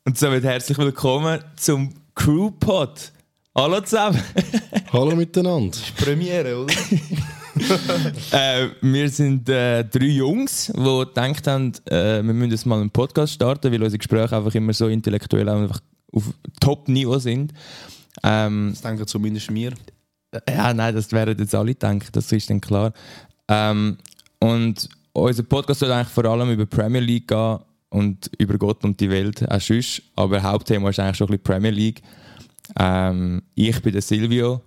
Und somit herzlich willkommen zum Crewpod. Hallo zusammen. Hallo miteinander. Das ist Premiere, oder? Wir sind 3 Jungs, die gedacht haben, wir müssen jetzt mal einen Podcast starten, weil unsere Gespräche einfach immer so intellektuell einfach auf Top-Niveau sind. Das denken zumindest wir. Ja, nein, das werden jetzt alle denken, das ist dann klar. Und unser Podcast soll eigentlich vor allem über die Premier League gehen und über Gott und die Welt, auch sonst. Aber Hauptthema ist eigentlich schon ein bisschen Premier League. Ich bin der Silvio.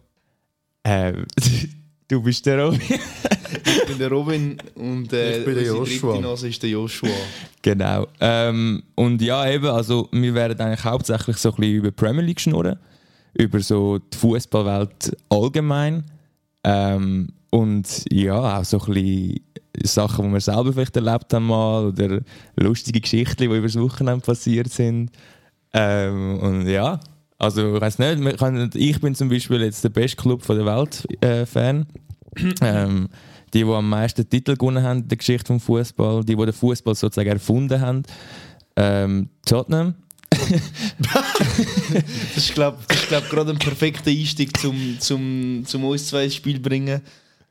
Du bist der Robin. Ich bin der Robin und ich bin der Joshua. Dritte Nase ist der Joshua. Genau. Und ja, eben, also wir werden eigentlich hauptsächlich so ein bisschen über die Premier League schnurren, über so die Fußballwelt allgemein. Und ja, auch so ein bisschen Sachen, die wir selber vielleicht erlebt haben mal, oder lustige Geschichten, die über das Wochenende passiert sind. Und ja, also ich weiss nicht, ich bin zum Beispiel jetzt der beste Club der Welt Fan. Die am meisten Titel gewonnen haben in der Geschichte des Fußball, die den Fußball sozusagen erfunden haben. Tottenham. Das ist, glaube ich, gerade ein perfekter Einstieg zum uns zwei ins Spiel bringen.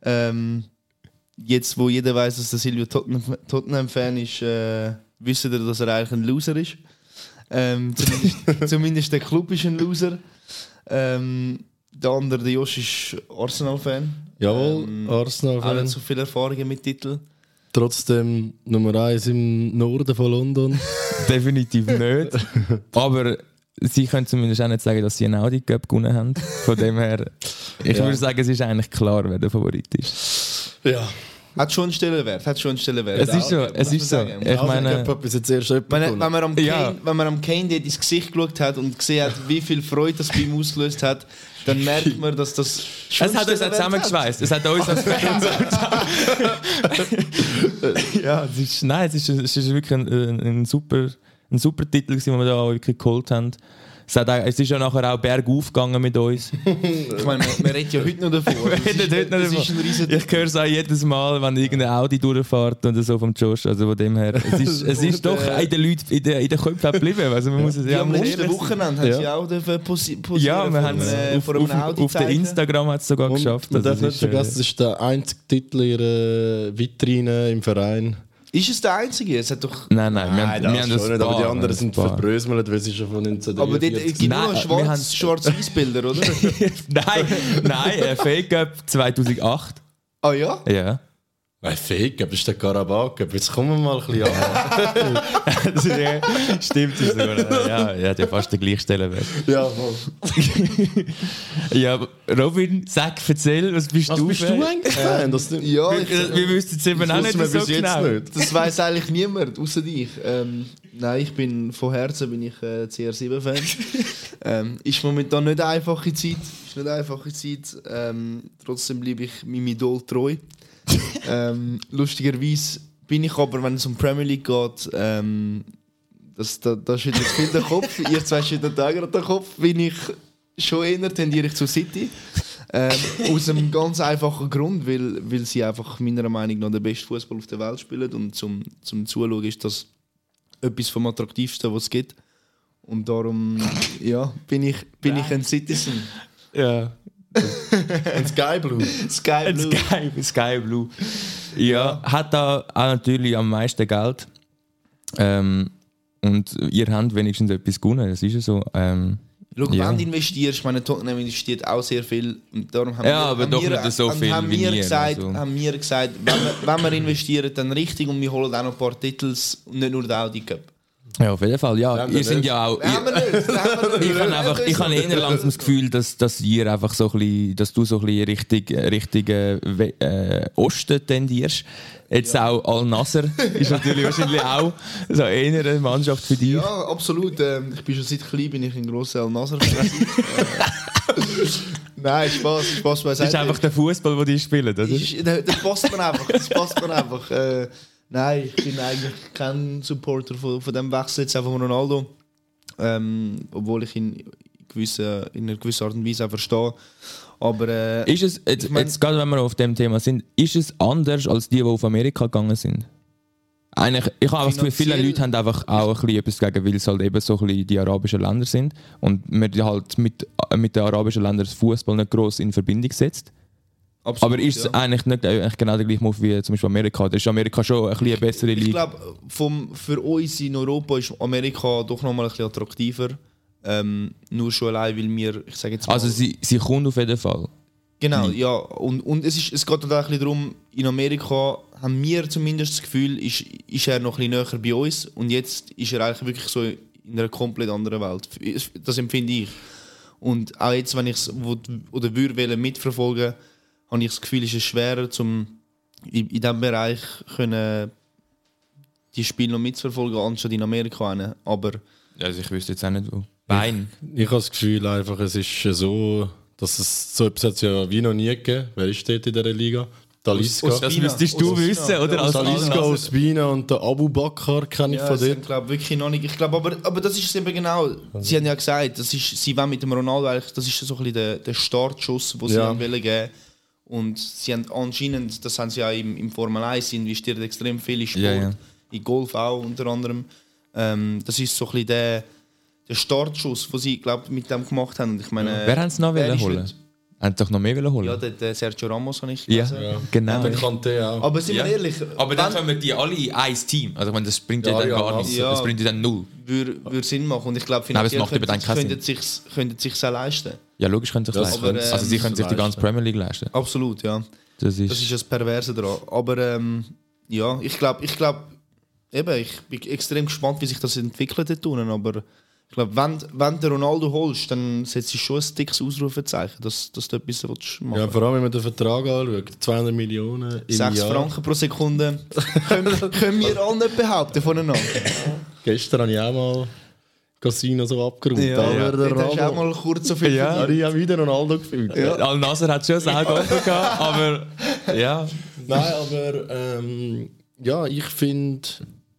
Jetzt, wo jeder weiß, dass der Silvio Tottenham-Fan ist, wissen wir, dass er eigentlich ein Loser ist. Zumindest der Club ist ein Loser. Der andere, der Josh, ist Arsenal-Fan. Jawohl, Arsenal-Fan. Auch nicht so viele Erfahrungen mit Titeln. Trotzdem Nummer 1 im Norden von London. Definitiv nicht. Aber sie können zumindest auch nicht sagen, dass sie einen Audi Cup gewonnen haben. Von dem her, ich würde sagen, es ist eigentlich klar, wer der Favorit ist. Ja. Hat schon einen Stellenwert. Es ist so, es ist so. Ich meine, bis jetzt erst wenn man am Kane ins Gesicht geschaut hat und gesehen hat, wie viel Freude das bei ihm ausgelöst hat, dann merkt man, dass das schon es hat uns auch zusammengeschweißt. Es hat uns als Fans ja, es ist wirklich ein super Titel, den wir da wirklich geholt haben. Es ist ja nachher auch bergauf gegangen mit uns. Ich meine, wir reden ja heute noch davon. Ich höre es auch jedes Mal, wenn irgendein Audi durchfährt und so vom Josh. Also von dem her, es ist doch in den Leuten, in den Köpfen geblieben. Also man muss es ja am letzten Wochenende haben sie auch posieren. Ja, wir haben es auf der Instagram hat es sogar geschafft. Man darf nicht vergessen, es ist der einzige Titel ihrer Vitrine im Verein. Ist es der einzige? Es hat doch... Nein, wir haben das nicht, aber die anderen sind verbröselt, weil sie schon von 1943... Aber dort gibt nur noch Schwarz-Weiß-Bilder, oder? Nein, Fake Cup 2008. Ah ja? Ja. Fake Cup, das ist der Karabakh Cup. Jetzt kommen wir mal ein bisschen an. Stimmt das sogar. Ja, der fast den gleichen Stellenwert. Ja, voll. Ja, Robin, erzähl, was bist du eigentlich Fan? Ja, wir wüssten es eben auch nicht so genau. Nicht. Das weiss eigentlich niemand, außer dich. Nein, von Herzen bin ich CR7-Fan. Ist momentan nicht eine einfache Zeit. Trotzdem bleibe ich meinem Idol treu. Lustigerweise bin ich aber, wenn es um Premier League geht, da schüttelt viel der Kopf. Ihr zwei schüttelt auch gerade den Kopf. Bin ich schon eher, tendiere ich zu City. Aus einem ganz einfachen Grund, weil sie einfach meiner Meinung nach den besten Fußball auf der Welt spielen. Und zum Zuschauen ist das etwas vom Attraktivsten, was es gibt. Und darum bin ich ein Citizen. Ja. Ein Sky Blue. Sky Blue. Ja, hat da auch natürlich am meisten Geld. Und ihr habt wenigstens etwas gewonnen, das ist ja so. Wenn du investierst, meine Tottenham investiert auch sehr viel. Und darum haben wir gesagt, wenn wir investieren, dann richtig und wir holen auch noch ein paar Titel und nicht nur den Audi Cup. Ja, auf jeden Fall. Ja, ihr sind ja auch. Ich habe eher langsam das Gefühl, dass ihr einfach so ein bisschen, dass du so ein bisschen Richtung Osten tendierst. Jetzt auch Al-Nassr ist natürlich wahrscheinlich auch so eher eine Mannschaft für dich. Ja, absolut. Ich bin schon seit klein ein grosser Al-Nassr-Fan. Nein, Spaß beiseite. Das ist einfach der Fußball, den die spielen, oder? Das passt mir einfach. Nein, ich bin eigentlich kein Supporter von dem Wechsel jetzt einfach von Ronaldo. Obwohl ich ihn in einer gewissen Art und Weise auch verstehe. Aber ist es, jetzt gerade wenn wir auf dem Thema sind, ist es anders als die auf Amerika gegangen sind? eigentlich, ich habe auch das Gefühl, viele Finanziell- Leute haben einfach auch ein bisschen etwas dagegen, weil es halt eben so ein bisschen die arabischen Länder sind und man die halt mit den arabischen Ländern das Fußball nicht gross in Verbindung setzt. Absolut, Aber ist es eigentlich nicht eigentlich genau der gleiche Move wie zum Beispiel Amerika? Da ist Amerika schon ein bisschen eine bessere Ich Liga. glaube, für uns in Europa ist Amerika doch nochmal ein bisschen attraktiver. Nur schon allein, weil wir, ich sage jetzt mal... Also sie kommt auf jeden Fall. Genau, ja. Und es geht halt auch ein bisschen darum, in Amerika haben wir zumindest das Gefühl, ist er noch ein bisschen näher bei uns und jetzt ist er eigentlich wirklich so in einer komplett anderen Welt. Das empfinde ich. Und auch jetzt, wenn ich es würde mitverfolgen, habe ich das Gefühl, ist es schwerer, in diesem Bereich können die Spiele noch mitzuverfolgen, anstatt in Amerika. Aber Also ich wüsste jetzt auch nicht wo. Bein. Ich habe das Gefühl, einfach, es ist so, dass es so etwas hat's ja wie noch nie gegeben. Wer ist dort in dieser Liga? Talisca. Das müsstest du wissen, oder? Als Talisca, Ospina und der Abu Bakr kenne ich ja, von das dort. sind, glaub, wirklich noch nicht. Ich glaube, aber das ist es eben genau. Sie haben ja gesagt, sie wollen mit dem Ronaldo eigentlich, das ist so ein bisschen der Startschuss, den sie haben wollen geben. Und sie haben anscheinend, das haben sie ja im Formel 1, sie investieren extrem viel in Sport, Ja. in Golf auch unter anderem. Das ist so ein bisschen der Startschuss, den sie glaub, mit dem gemacht haben. Und ich meine, Wer haben sie noch wer ist holen? nicht- Haben sie doch noch mehr holen? Ja, der Sergio Ramos habe ich Ja, gelesen. genau. Der Kante auch. Aber sind wir ehrlich, Aber dann können wir die alle in ein Team. Also ich meine, das bringt ja, Ja, dann ja, gar nichts. ja. Das bringt ja dann null. würde Sinn machen. Und ich glaube, Nein, aber es finanziell macht über den keinen könnten sich auch leisten. Ja, logisch können sie sich Das leisten. können sie Also sie können sich die ganze leisten. Premier League leisten. Absolut, ja. Das ist, Das ist das Perverse daran. Aber ja, ich glaube, eben, ich bin extrem gespannt, wie sich das entwickelt hat. Aber ich glaube, wenn du Ronaldo holst, dann setzt du schon ein dickes Ausrufezeichen, dass du etwas machen Ja, vor allem, wenn man den Vertrag anschaut. 200 Millionen im 6 Jahr. Franken pro Sekunde können wir alle nicht behaupten voneinander. Gestern habe ich auch mal Casino so abgeräumt. Ja, Aber der dort hast du auch Ronaldo. mal kurz so viel Ja. verdient. Ich habe wieder Ronaldo gefühlt. Al-Nasser hat schon ein Auge offen gehabt, aber ja. Nein, aber ja, ich finde,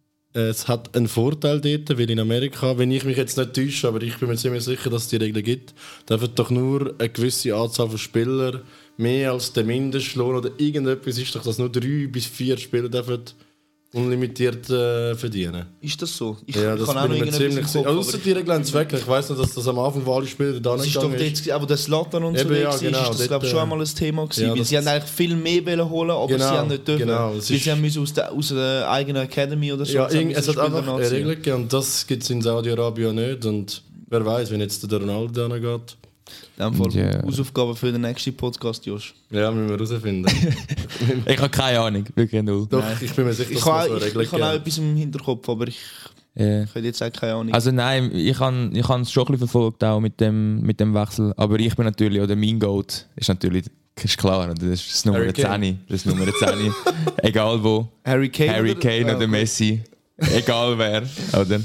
es hat einen Vorteil dort, weil in Amerika, wenn ich mich jetzt nicht täusche, aber ich bin mir ziemlich sicher, dass es die Regeln gibt, dürfen doch nur eine gewisse Anzahl von Spielern mehr als der Mindestlohn oder irgendetwas ist doch, dass nur 3 bis 4 Spieler dürfen unlimitiert verdienen. Ist das so? Ich Ja, das kann auch noch bin ich mir irgendetwas ziemlich im sicher. Kopf, Außer aber die Regeln haben es weg. Ich weiss noch, dass das am Anfang von allen Spielern da das nicht ist doch gegangen ist. dort, aber der Slatan und so Eben, ja, war, genau, ist das dort, glaube ich schon einmal ein Thema gewesen, ja, weil das- sie haben eigentlich viel mehr wollen holen, aber Genau, sie haben nicht dürfen, genau, weil es sie ist- haben müssen aus der eigenen Academy oder so. Ja, sie haben es müssen hat Spieler einfach eine nachziehen. Regel gegeben und das gibt es in Saudi-Arabien nicht. Und wer weiß, wenn jetzt der Ronaldo da geht. In dem Fall Ja. Hausaufgabe für den nächsten Podcast, Josh. Ja, müssen wir herausfinden. Ich habe keine Ahnung, wirklich null. Doch, ich bin mir sicher, Ich dass habe es so eine Regel ich habe auch gibt. etwas im Hinterkopf, aber ich Ja. habe jetzt auch keine Ahnung. Also nein, ich habe es schon ein bisschen verfolgt auch mit dem Wechsel, aber ich bin natürlich, oder mein Goat ist natürlich, ist klar, das ist das Nummer Harry 10, Kane. das ist Nummer 10, egal wo, Harry Kane oder okay. Messi, egal wer, oder?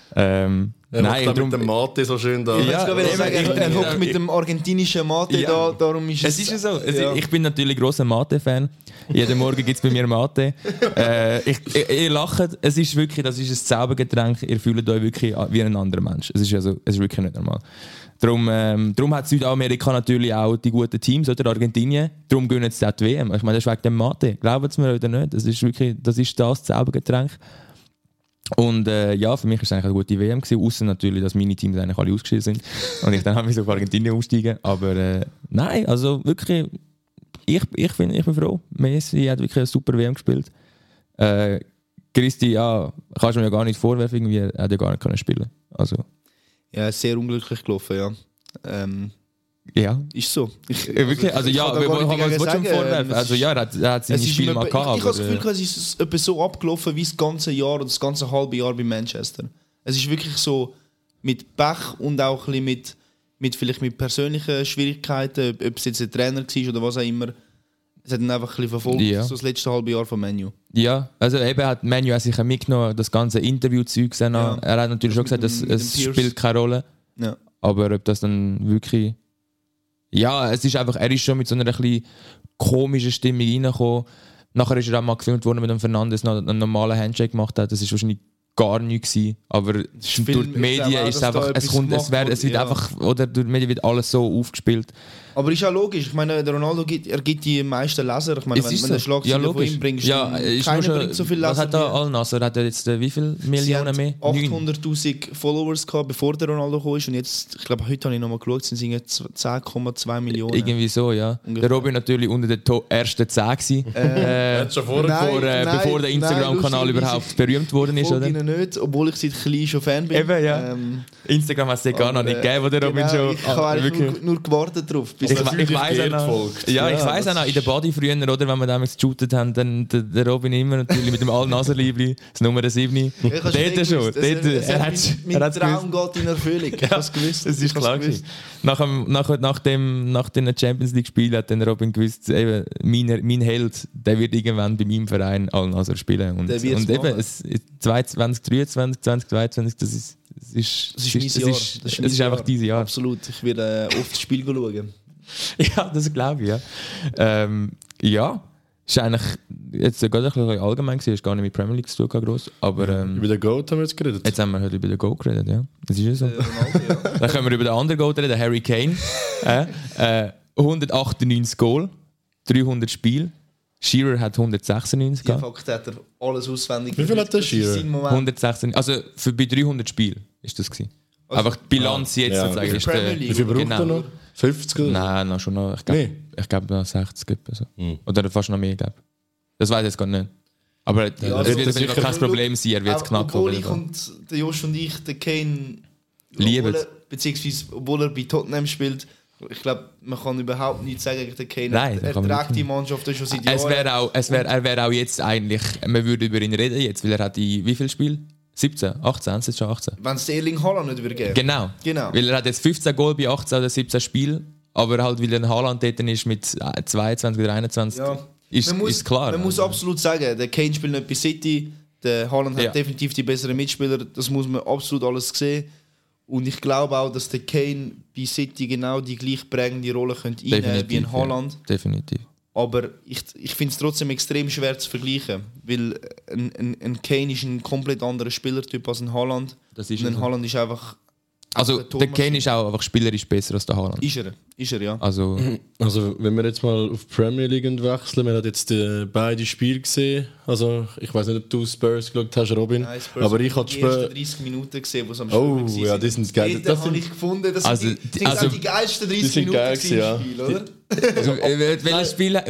Er Nein, macht darum, mit dem Mate so schön da. Ich Ja, wollte gerade eben, sagen, er ich- hockt mit dem argentinischen Mate Ja. da, darum ist es ist ja so. Ja. Ich bin natürlich grosser Mate-Fan. Jeden Morgen gibt es bei mir Mate. Ihr lacht, es ist wirklich, das ist ein Zaubergetränk. Ihr fühlt euch wirklich wie ein anderer Mensch. Es ist wirklich nicht normal. Darum hat Südamerika natürlich auch die guten Teams, oder Argentinien. Darum gewinnen sie auch die WM. Ich meine, das ist wegen dem Mate. Glauben Sie mir oder nicht? Das ist wirklich, das Zaubergetränk. Und ja, für mich war es eigentlich eine gute WM gewesen, außer natürlich, dass meine Teams eigentlich alle ausgeschieden sind und ich dann habe mich auf Argentinien aussteigen. Aber nein, also wirklich, ich bin froh. Messi hat wirklich eine super WM gespielt. Christi, ja, kannst du mir ja gar nicht vorwerfen, irgendwie, er hat ja gar nicht können spielen. Also, Ja, sehr unglücklich gelaufen, ja. ja. Ist so. Wirklich, also ja, kann da gar nicht was willst du ihm dagegen vorwerfen? sagen. Also ja, er hat seine Es ist Spiele mir- mal gehabt. Ich habe das aber, Gefühl, es ist etwa so abgelaufen wie das ganze Jahr oder das ganze halbe Jahr bei Manchester. Es ist wirklich so mit Pech und auch ein bisschen vielleicht mit persönlichen Schwierigkeiten, ob es jetzt ein Trainer war oder was auch immer. Es hat ihn einfach ein bisschen verfolgt, Ja. so das letzte halbe Jahr von Manu. Ja, also eben hat Manu auch sicher mitgenommen, das ganze Interview-Zeug. Ja. Er hat natürlich schon gesagt, Mit dass dem es Pierce. spielt keine Rolle. Ja. Aber ob das dann wirklich... Ja, es ist einfach, er ist schon mit so einer etwas komischen Stimmung reingekommen. Nachher ist er auch mal gefilmt worden mit dem Fernandes, noch einen normalen Handshake gemacht hat. Das ist wahrscheinlich gar nichts gewesen. Aber durch die Medien ist es einfach, es wird einfach, oder durch die Medien wird alles so aufgespielt. Aber ist ja logisch. Ich meine, der Ronaldo gibt die meisten Leser. Ich meine, wenn du Schlagzeilen von ihm bringst, keiner bringt so viele Leser. Was hat da Al-Nassr? Hat er jetzt wie viele Millionen mehr? 800'000 Followers gehabt, bevor der Ronaldo kam. Und jetzt, ich glaube, heute habe ich nochmal geschaut, sind es 10,2 Millionen. Irgendwie so, ja. Ungefähr. Der Robin natürlich unter den ersten 10 gewesen. Bevor der Instagram-Kanal überhaupt berühmt worden ist, oder? Ich nicht, obwohl ich seit klein schon Fan bin. Eben, ja. Instagram hat es gar noch nicht gegeben, wo der Robin schon... Ich habe eigentlich nur gewartet drauf. Ich weiss auch noch, in der Body früher, oder, wenn wir damals geshootet haben, dann der Robin immer natürlich mit dem Al-Nassr-Liebli, das Nummer 7. Dort schon. Mein Traum geht in Erfüllung. Ich habe es gewusst. Das ist klar. Nach den Champions League-Spielen hat dann Robin gewusst, eben, mein Held, der wird irgendwann bei meinem Verein Al-Nassr spielen. Und eben, 2023, 2022, das ist einfach dieses Jahr. Absolut. Ich werde oft das Spiel schauen. Ja, das glaube ich, ja. Ja, ist eigentlich jetzt gerade ein bisschen allgemein gewesen, ist gar nicht mit Premier League zu tun, gross, aber... über den GOAT haben wir jetzt geredet. Jetzt haben wir heute über den GOAT geredet, ja. Das ist ja so. Ronaldo, ja. Dann können wir über den anderen GOAT reden, den Harry Kane. 198 Goal, 300 Spiele. Shearer hat 196 gehabt. Fakt hat er alles auswendig. Wie viel hat der Shearer? 196, also bei 300 Spielen ist das gewesen. Also, einfach die Bilanz jetzt sozusagen. Wie viel braucht er noch? 50 oder? Nein, noch schon noch. Ich glaube noch 60 also. Oder fast noch mehr, glaube ich. Das weiß ich jetzt gar nicht. Aber das wird sicher kein Problem sein, er wird es knacken. Obwohl ich und der Josh und ich den Kane lieben. Beziehungsweise, obwohl er bei Tottenham spielt, ich glaube, man kann überhaupt nichts sagen gegen den Kane. Nein, er trägt die Mannschaft schon seit Jahren. Er wäre auch jetzt eigentlich, man würde über ihn reden jetzt, weil er hat wie viel Spiel? 17, 18, sind schon 18. Wenn es Erling Haaland nicht würde geben. Genau. Weil er hat jetzt 15 Goal bei 18 oder 17 Spielen, aber halt, weil er ein Haaland dort ist mit 22 oder 21, ist klar. Man muss absolut sagen, der Kane spielt nicht bei City, der Haaland hat definitiv die besseren Mitspieler, das muss man absolut alles sehen. Und ich glaube auch, dass der Kane bei City genau die gleich prägende Rolle könnte einnehmen wie ein Haaland. Ja, definitiv. Aber ich finde es trotzdem extrem schwer zu vergleichen, weil ein Kane ist ein komplett anderer Spielertyp als ein Haaland. Das ist und ein Haaland ist einfach... Also der Kane ist auch einfach spielerisch besser als der Haaland. Ist er, ja. Also wenn wir jetzt mal auf Premier League wechseln, wir haben jetzt beide Spiele gesehen. Also ich weiß nicht, ob du Spurs geschaut hast, Robin. Nein, Spurs aber ich habe die ersten 30 Minuten gesehen, wo es am Schluss war. Oh, ja, die sind geil. Das habe ich gefunden. Das sind die geilsten 30 Minuten im Spiel, oder? Also, welches Spiel?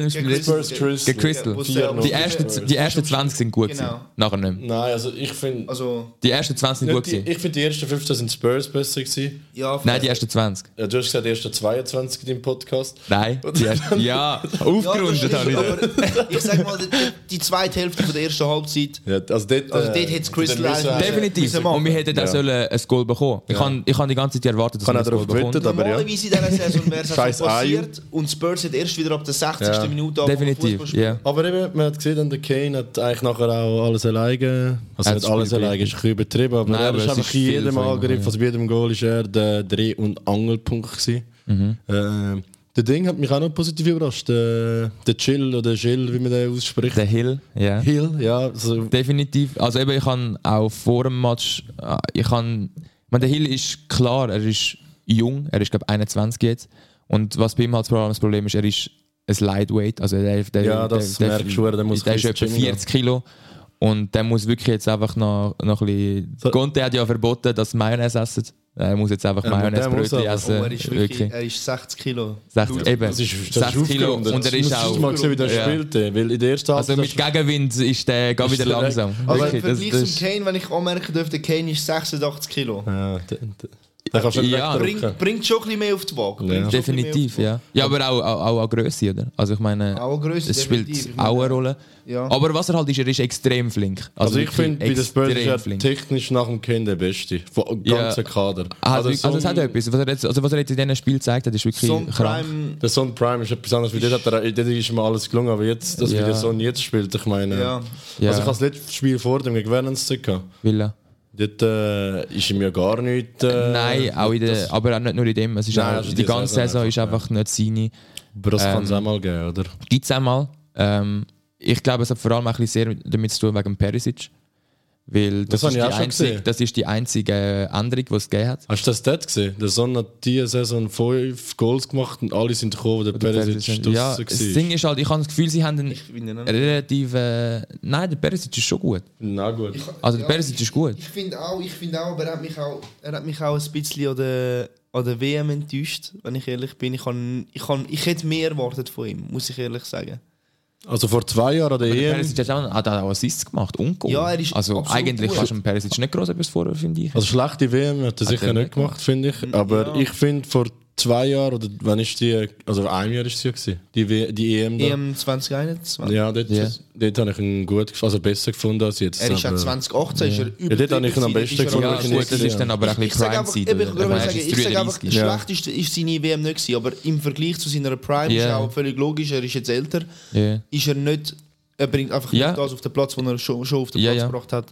Spurs Crystal. Crystal. Die ersten 20 sind gut gewesen. Nachher nicht. Nein, also ich finde... Die ersten 20 sind gut gewesen. Ich finde, die ersten 15 sind Spurs besser gewesen. Ja, nein, die ersten 20. Ja, du hast gesagt, die ersten 22 in deinem Podcast. Nein, die ersten... Ja, aufgerundet habe ich. Aber ich sag mal, die zweite Hälfte von der ersten Halbzeit... Ja, also dort hätte es Crystal... Definitiv. Und wir hätten auch ein Goal bekommen. Ich habe die ganze Zeit erwartet, dass wir ein Goal bekommen. Normalerweise in dieser Saison wäre es also passiert. Und Spurs hat erst wieder ab der 60. Minute definitiv, ja. Aber eben, man hat gesehen, der Kane hat eigentlich nachher auch alles alleine. Also nicht alles alleine, ist ein bisschen übertrieben, aber nein, er ist einfach in jedem Angriff, also bei jedem Goal ist er der Dreh- und Angelpunkt gewesen. Der Ding hat mich auch noch positiv überrascht. Der Chill oder Gill, wie man den ausspricht. Der Hill, ja. Hill, ja. So. Definitiv. Also eben, ich habe auch vor dem Match, der Hill ist klar, er ist jung, er ist glaube ich 21 jetzt. Und was bei ihm halt das Problem ist, er ist ein Lightweight, also das merkst du, der muss der ist etwa 40 Kilo und der muss wirklich jetzt einfach noch ein bisschen... Conte hat ja verboten, dass Mayonnaise essen. Er muss jetzt einfach Mayonnaise-Brötchen essen. Er ist 60 Kilo. 60, eben. Das ist 60 Kilo und er ist auch... Du mal gesehen, wie der spielt, weil in der ersten also mit Gegenwind ist der gar wieder langsam. Aber im Vergleich zum Kane, wenn ich anmerken dürfte, Kane ist 86 Kilo. Ja, bringt schon ein bisschen mehr auf die Waage. Ja. Definitiv, ja. Ja, aber auch Grösse, oder? Also ich meine, es spielt auch eine Rolle. Ja. Aber was er halt ist, er ist extrem flink. Also ich finde, bei den Spurs ist er technisch nach dem Kane der Beste. Vom ganzen Kader. Also es hat etwas. Was er jetzt in diesem Spiel gezeigt hat, ist wirklich krank. Der Son Prime ist etwas anderes. Dort ist ihm alles gelungen, aber jetzt, wie der Son jetzt spielt, ich meine... Ja. Also ich habe das letzte Spiel vor dem gegen Valencia gehabt. Villa. Dort ist ihm ja gar nichts... Nein, aber auch nicht nur in dem. Es ist nein, auch, die ganze Saison ist einfach nicht seine. Aber das kann es auch mal geben, oder? Gibt es auch mal. Ich glaube, es hat vor allem ein bisschen sehr damit zu tun wegen Perisic. Weil Das habe ich auch schon gesehen. das ist die einzige Änderung, die es gegeben hat. Hast du das dort gesehen? Der Son hat diese Saison 5 Goals gemacht und alle sind gekommen, wo der Perisic Ja, draussen das war. Ding ist halt, ich habe das Gefühl, sie haben einen finde ihn auch relativ... nein, der Perisic ist schon gut. Na gut. Also der Perisic ist gut. Ich finde auch, aber er hat mich auch ein bisschen an der WM enttäuscht, wenn ich ehrlich bin. Ich hätte mehr erwartet von ihm, muss ich ehrlich sagen. Also vor 2 Jahren an der Der EM. Perisic hat auch Assists gemacht und Goal. Ja, er ist also absolut eigentlich gut. kannst du dem Perisic nicht groß etwas vorher, finde ich. Also schlechte WM hat er sicher er nicht nicht gemacht, finde ich. Aber Ja. ich finde vor 2 Jahren, oder wann ist die, also ein Jahr ist sie ja gewesen, die EM da. EM 2021. Ja, dort habe ich ihn gut, also besser gefunden als jetzt. Er ist auch aber- 2018 ist er Ja, dort habe ich ihn am besten gefunden. Ja, wirklich gut, nicht das ist gesehen. dann aber ein Ich bisschen sage einfach, Prime-Zeit. eben, ich oder? sage, Er ist ich sage einfach, 33. Ja. schlecht ist seine WM nicht gewesen, aber im Vergleich zu seiner Prime ist Ja. auch völlig logisch, er ist jetzt älter, Ja. ist er nicht, er bringt einfach Ja. nicht das auf den Platz, den er schon auf den Ja, Platz ja. gebracht hat.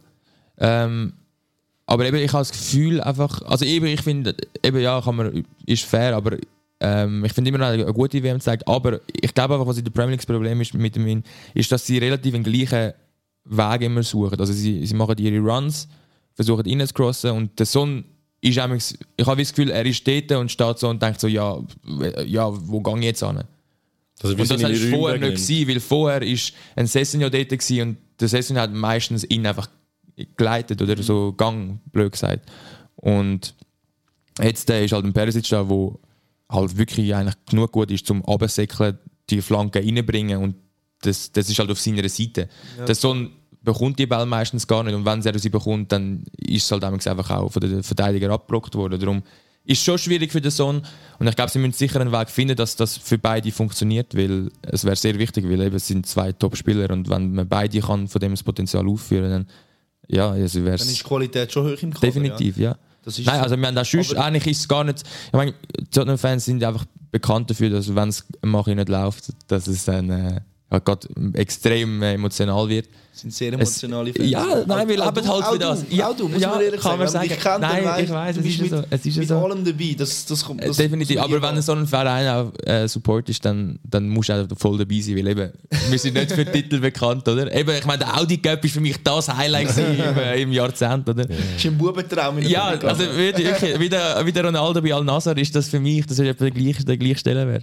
Aber eben, ich habe das Gefühl einfach, also eben, ich finde, eben ja, ist fair, aber ich finde immer noch eine gute WM zeigt, aber ich glaube einfach, was in der Premier League das Problem ist mit dem ist, dass sie relativ den gleichen Weg immer suchen. Also sie machen ihre Runs, versuchen reinzucrossen und der Son ist eigentlich, ich habe das Gefühl, er ist dort und steht so und denkt so, ja, wo gehe ich jetzt hin? Also wie Und das seine war Räume vorher nicht wegnimmt. gewesen, weil vorher ist ein Sessignon dort gewesen und der Sessignon hat meistens ihn einfach geleitet oder so Gang, blöd gesagt. Und jetzt ist halt ein Perisic da, wo halt wirklich eigentlich genug gut ist, zum Absäckeln, die Flanken reinbringen und das ist halt auf seiner Seite. Ja. Der Son bekommt die Ball meistens gar nicht und wenn er sie bekommt, dann ist es halt einfach auch von den Verteidigern abgeblockt worden. Darum ist es schon schwierig für den Son und ich glaube, sie müssen sicher einen Weg finden, dass das für beide funktioniert, weil es wäre sehr wichtig, weil eben es sind 2 Top-Spieler und wenn man beide kann von dem das Potenzial aufführen, dann ja, also wäre Dann ist es die Qualität schon hoch im Kader. definitiv, ja. Das ist Nein, so. also wir haben das sonst, eigentlich ist es gar nicht, ich meine, Tottenham-Fans sind einfach bekannt dafür, dass wenn es im Nachhinein nicht läuft, dass es dann gerade extrem emotional wird. Das sind sehr emotionale Fans. Ja, nein, wir leben halt für das. Ja, du, muss ja, man ehrlich kann man sagen. sagen. Ich kenn den, Nein, ich weiß, du es bist ist ja so. Es ist ja mit so. allem dabei. Das kommt, das Definitiv, muss aber man wenn du so einen Verein auch Support ist, dann musst du auch voll dabei sein, weil eben, wir sind nicht für Titel bekannt, oder? Eben, ich meine, der Audi Cup ist für mich das Highlight im Jahrzehnt, oder? Das ist ein Bubentraum. Ja, also wirklich, wie der Ronaldo bei Al-Nassr ist das für mich, das ist etwa der gleiche Stellenwert.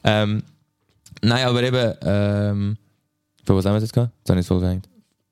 Nein, aber eben, von was haben wir jetzt gehabt? Jetzt habe ich es voll verhängt.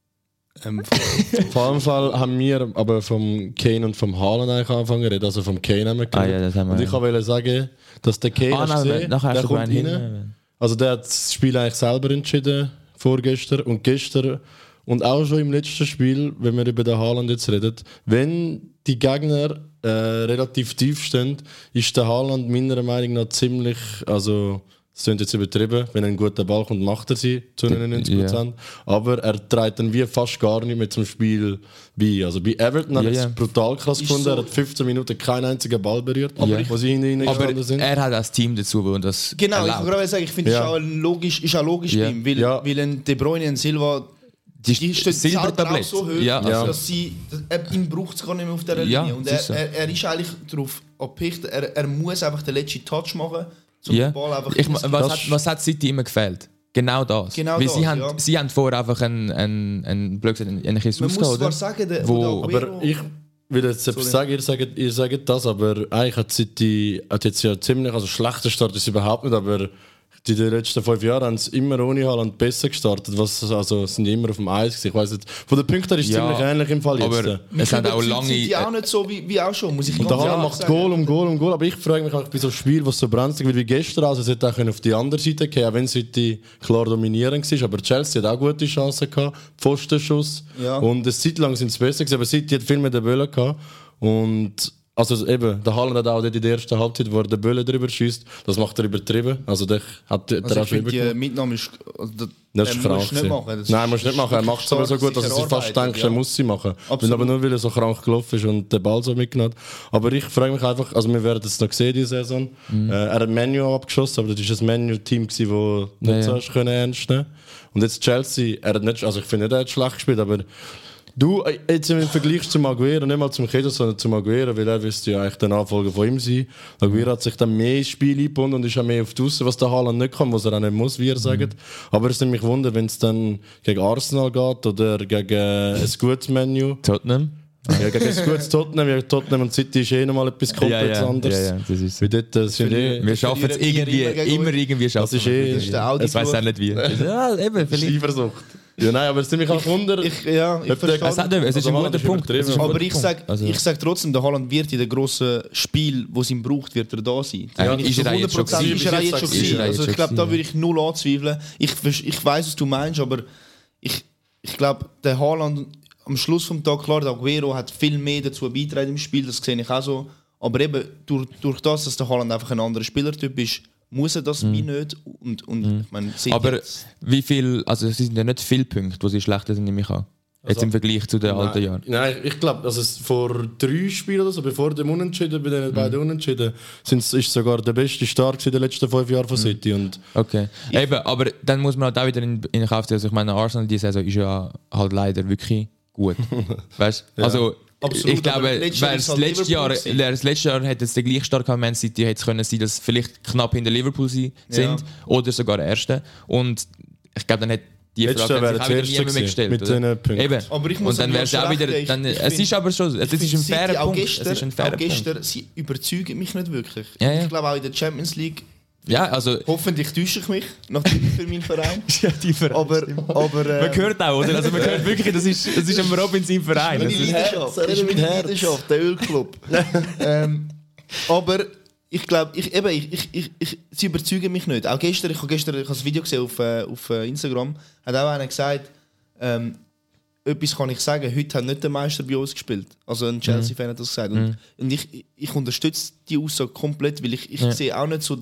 Vor allem Fall haben wir aber vom Kane und vom Haaland eigentlich angefangen reden, also vom Kane haben wir Ah geredet. ja, das haben wir. Und ich wollte sagen, dass der Kane, hast du gesehen, nachher der hast du kommt Brian rein. Hill. Also der hat das Spiel eigentlich selber entschieden, vorgestern und gestern und auch schon im letzten Spiel, wenn wir über den Haaland jetzt reden, wenn die Gegner relativ tief stehen, ist der Haaland meiner Meinung nach ziemlich, also das klingt jetzt übertrieben, wenn ein guter Ball kommt, macht er sie zu 99%, Ja. aber er trägt dann wie fast gar nicht mehr zum Spiel bei. Also bei Everton hat Ja, er es ja. brutal krass Ist gefunden, so. er hat 15 Minuten keinen einzigen Ball berührt, Ja. wo sie hinein Aber gestanden sind. er hat auch das Team dazu, wo das Genau, ich erlaubt. wollte gerade sagen, ich finde, Ja. das ist auch logisch Ja. bei ihm, weil, Ja. weil ein De Bruyne und Silva, die stehen selber auch Silbertablett. so hoch, Ja, also- dass ihm braucht es gar nicht mehr auf dieser Ja, Linie. Und das ist so. er ist eigentlich darauf abgepicht, er muss einfach den letzten Touch machen, um Ja. den Ball einfach Was hat City immer gefehlt? Genau das. Genau Weil das, sie haben vorher einfach einen blöd gesagt, einen Jesus Man muss gehabt, zwar oder? sagen, der Wo- Aber ich will jetzt etwas sagen, ihr sagt das, aber eigentlich hat City hat jetzt ja ziemlich, also schlechter Start ist überhaupt nicht, aber in den letzten 5 Jahren haben sie immer ohne Haaland besser gestartet, also sind die immer auf dem Eis gewesen. Ich weiss nicht, von den Punkten her ist es Ja, ziemlich ähnlich im Fall jetzt. aber es hat auch lange... sind die auch nicht so wie auch schon, muss ich Und der ganz Haaland ehrlich macht sagen. Goal um Goal um Goal, aber ich frage mich auch bei so einem Spiel, was so brenzlig wird wie gestern, also es hätte auch auf die andere Seite gehen, auch wenn City klar dominierend war, aber Chelsea hat auch gute Chancen gehabt, Pfostenschuss Ja. und eine Zeit lang sind es besser gewesen, aber City hat viel mehr den Böllen gehabt und also eben, der Haaland hat auch dort in der ersten Halbzeit, wo er den Böllen drüber schießt, das macht er übertrieben, also der hat der Also auch ich schon finde, die gemacht. Mitnahme ist... Also Das ist musst krank. du nicht gewesen. machen. Das Nein, ist- musst du nicht machen. Er ist macht es aber so stark gut, dass du sicher fast denkst, erarbeitet, er muss sie machen. Absolut. Aber nur weil er so krank gelaufen ist und den Ball so mitgenommen hat. Aber ich frage mich einfach, also wir werden es noch sehen diese Saison. Er hat Menu abgeschossen, aber das war ein Menu-Team, das nicht Ja, so ja. hast können ernst nehmen. Und jetzt Chelsea, er hat nicht, also ich finde nicht, er hat schlecht gespielt, aber Du, jetzt im Vergleich zum Aguero, nicht mal zum Kedo, sondern zum Aguero, weil er wüsste ja eigentlich der Nachfolger von ihm sein. Aguero hat sich dann mehr ins Spiel eingebunden und ist auch mehr auf die Aussen, was der Haaland nicht kann, was er auch nicht muss, wie er sagt. Aber es nimmt mich Wunder, wenn es dann gegen Arsenal geht oder gegen ein gutes Menu. Tottenham? Ja, gegen ein gutes Tottenham. Ja, Tottenham und City ist nochmal etwas komplett anderes. Ja, das ist so. Dort, sind Wir schaffen es immer irgendwie schaffen. Das ist Ich weiß auch nicht wie. Ja, eben, vielleicht. Eifersucht. Ja, nein, aber es nimmt mich auch Wunder. Ich verstehe. Es ist ein guter Punkt. Aber ich sag trotzdem, der Haaland wird in den grossen Spiel, wo es ihm braucht, wird er da sein. Ja, ist er auch jetzt schon gewesen? Ist er auch jetzt schon gewesen. Also ich glaube, da würde ich null anzweifeln. Ich weiss, was du meinst, aber ich glaube, der Haaland am Schluss vom Tag, klar, der Aguero hat viel mehr dazu beigetragen im Spiel, das sehe ich auch so. Aber eben durch das, dass der Haaland einfach ein anderer Spielertyp ist, muss er das wie nicht. Und ich meine, aber wie viel, also es sind ja nicht viele Punkte, wo sie schlechter sind, nehme ich an. Jetzt Also, im Vergleich zu den alten Jahren. Nein, ich glaube, also vor 3 Spielen oder so, bevor dem Unentschieden, bei den beiden Unentschieden, ist sogar der beste Start in den letzten 5 Jahren von City. Und Okay. Eben, aber dann muss man halt auch wieder in Kauf ziehen. Also ich meine, Arsenal diese Saison ist ja halt leider wirklich gut. Weißt du? Ja. Also Absolut, ich glaube, aber letztes Jahr ist halt das letzte Jahr hätte es der gleich stark an Man City, hätte es können sein, dass sie vielleicht knapp hinter Liverpool sind oder sogar Erste. Und ich glaube, dann hätte die letztes Frage Jahr sich auch wäre wieder das niemand mehr erste gestellt. mit oder? diesen Punkten. Eben. Aber ich muss und dann wärst du auch wieder. Es ist aber schon. Es ist ein fairer Punkt. Es ist ein fairer Punkt. Gestern, sie überzeugen mich nicht wirklich. Ja, ja. Ich glaube auch in der Champions League. Ja, also. Hoffentlich täusche ich mich, natürlich für meinen Verein. Ja, die Verein. Aber man hört auch, oder? Also man hört wirklich, das ist ein Robin sein Verein. meine Das ist- Leidenschaft, das ist meine Leidenschaft, der Ölclub. Aber ich glaube, sie überzeugen mich nicht. Auch gestern, ich habe ein Video gesehen auf Instagram, hat auch einer gesagt, etwas kann ich sagen, heute hat nicht der Meister bei uns gespielt. Also ein Chelsea-Fan hat das gesagt. Und ich unterstütze die Aussage komplett, weil ich sehe auch nicht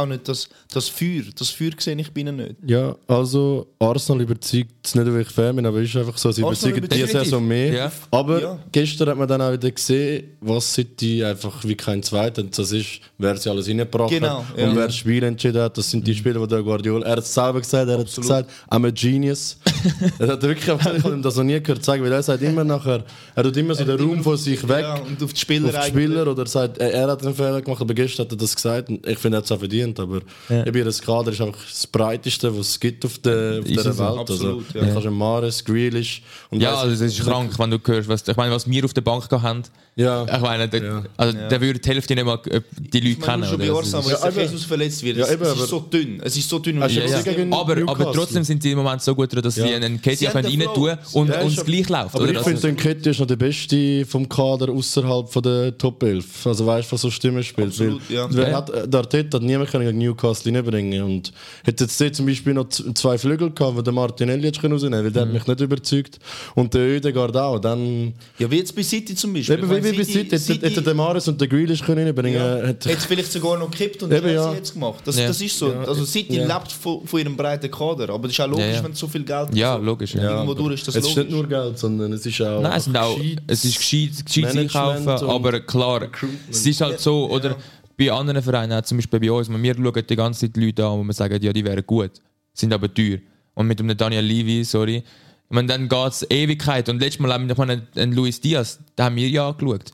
das Feuer. Das Feuer sehe ich bei ihnen nicht. Ja, also Arsenal überzeugt es nicht wirklich Fan, aber es ist einfach so, sie Arsenal überzeugen diese definitiv. Saison mehr. Ja. Aber Ja. gestern hat man dann auch wieder gesehen, was City einfach wie kein Zweiter, und das ist, wer sie alles reingebracht Genau, hat ja. und wer das Spiel entschieden hat. Das sind die Spieler, die der Guardiola, er hat es selber gesagt, er hat gesagt, I'm a genius. Er hat wirklich, ich habe ihm das noch nie gehört sagen, weil er sagt immer nachher, er tut immer so den Raum von sich weg. Ja, und auf die Spieler Auf die Spieler oder sagt, er hat einen Fehler gemacht, aber gestern hat er das gesagt und ich finde, er hat es auch verdient, aber eben das Kader ist einfach das breiteste, was es gibt auf der Ist Welt. es so? Absolut, Also, du kannst einen Mahrez, Grealish und Ja, also es ist krank, wenn du hörst, was wir auf der Bank gehabt haben. Ja. Ich meine, der würde die Hälfte nicht mal die Leute Ich meine, kennen. schon bei Oder? Arsenal, Das ist- wenn der Jesus verletzt wird, Ja, es eben, aber- ist so dünn. Es ist so dünn. Hast du und gesehen ja. gegen aber Newcastle? trotzdem sind sie im Moment so gut, dass sie Ja. einen Ketti Sie auch haben rein den tun Flow. und Ja, ist es gleich läuft. Aber Oder? ich Also- finde, Nketiah ist noch der Beste vom Kader außerhalb von der Top 11. Also weißt du, was so Stimmen spielt. Absolut, Weil, ja. Wer hat, der Arteta hat niemand gegen Newcastle reinbringen. Und hätte jetzt dort zum Beispiel noch 2 Flügel gehabt, die der Martinelli jetzt rausnehmen können, weil der hat mich nicht überzeugt. Und der Oedegaard auch. Dann, Ja, wie jetzt bei City zum Beispiel. eben wie bei City, hätte der Mahrez und der Grealish können reinbringen. Ja. Hätte- Hätte es vielleicht sogar noch gekippt und Eben, Chelsea ja. jetzt gemacht. Das, Ja. das ist so. Ja. Also City Ja. lebt von ihrem breiten Kader. Aber das ist auch logisch, Ja, ja. wenn so viel Geld Ja, so- logisch. Ja. Ja, Irgendwo aber durch ist das es ist logisch. nicht nur Geld, sondern es ist auch. Nein, es, sind auch, es ist gescheit Management einkaufen, und aber klar, es ist halt so, oder bei anderen Vereinen, auch zum Beispiel bei uns, wir schauen die ganze Zeit die Leute an, wo wir sagen, ja, die wären gut, sind aber teuer. Und mit einem Daniel Levy, sorry, ich meine, dann geht es Ewigkeit. Und letztes Mal haben wir einen Luis Diaz, den haben wir ja angeschaut.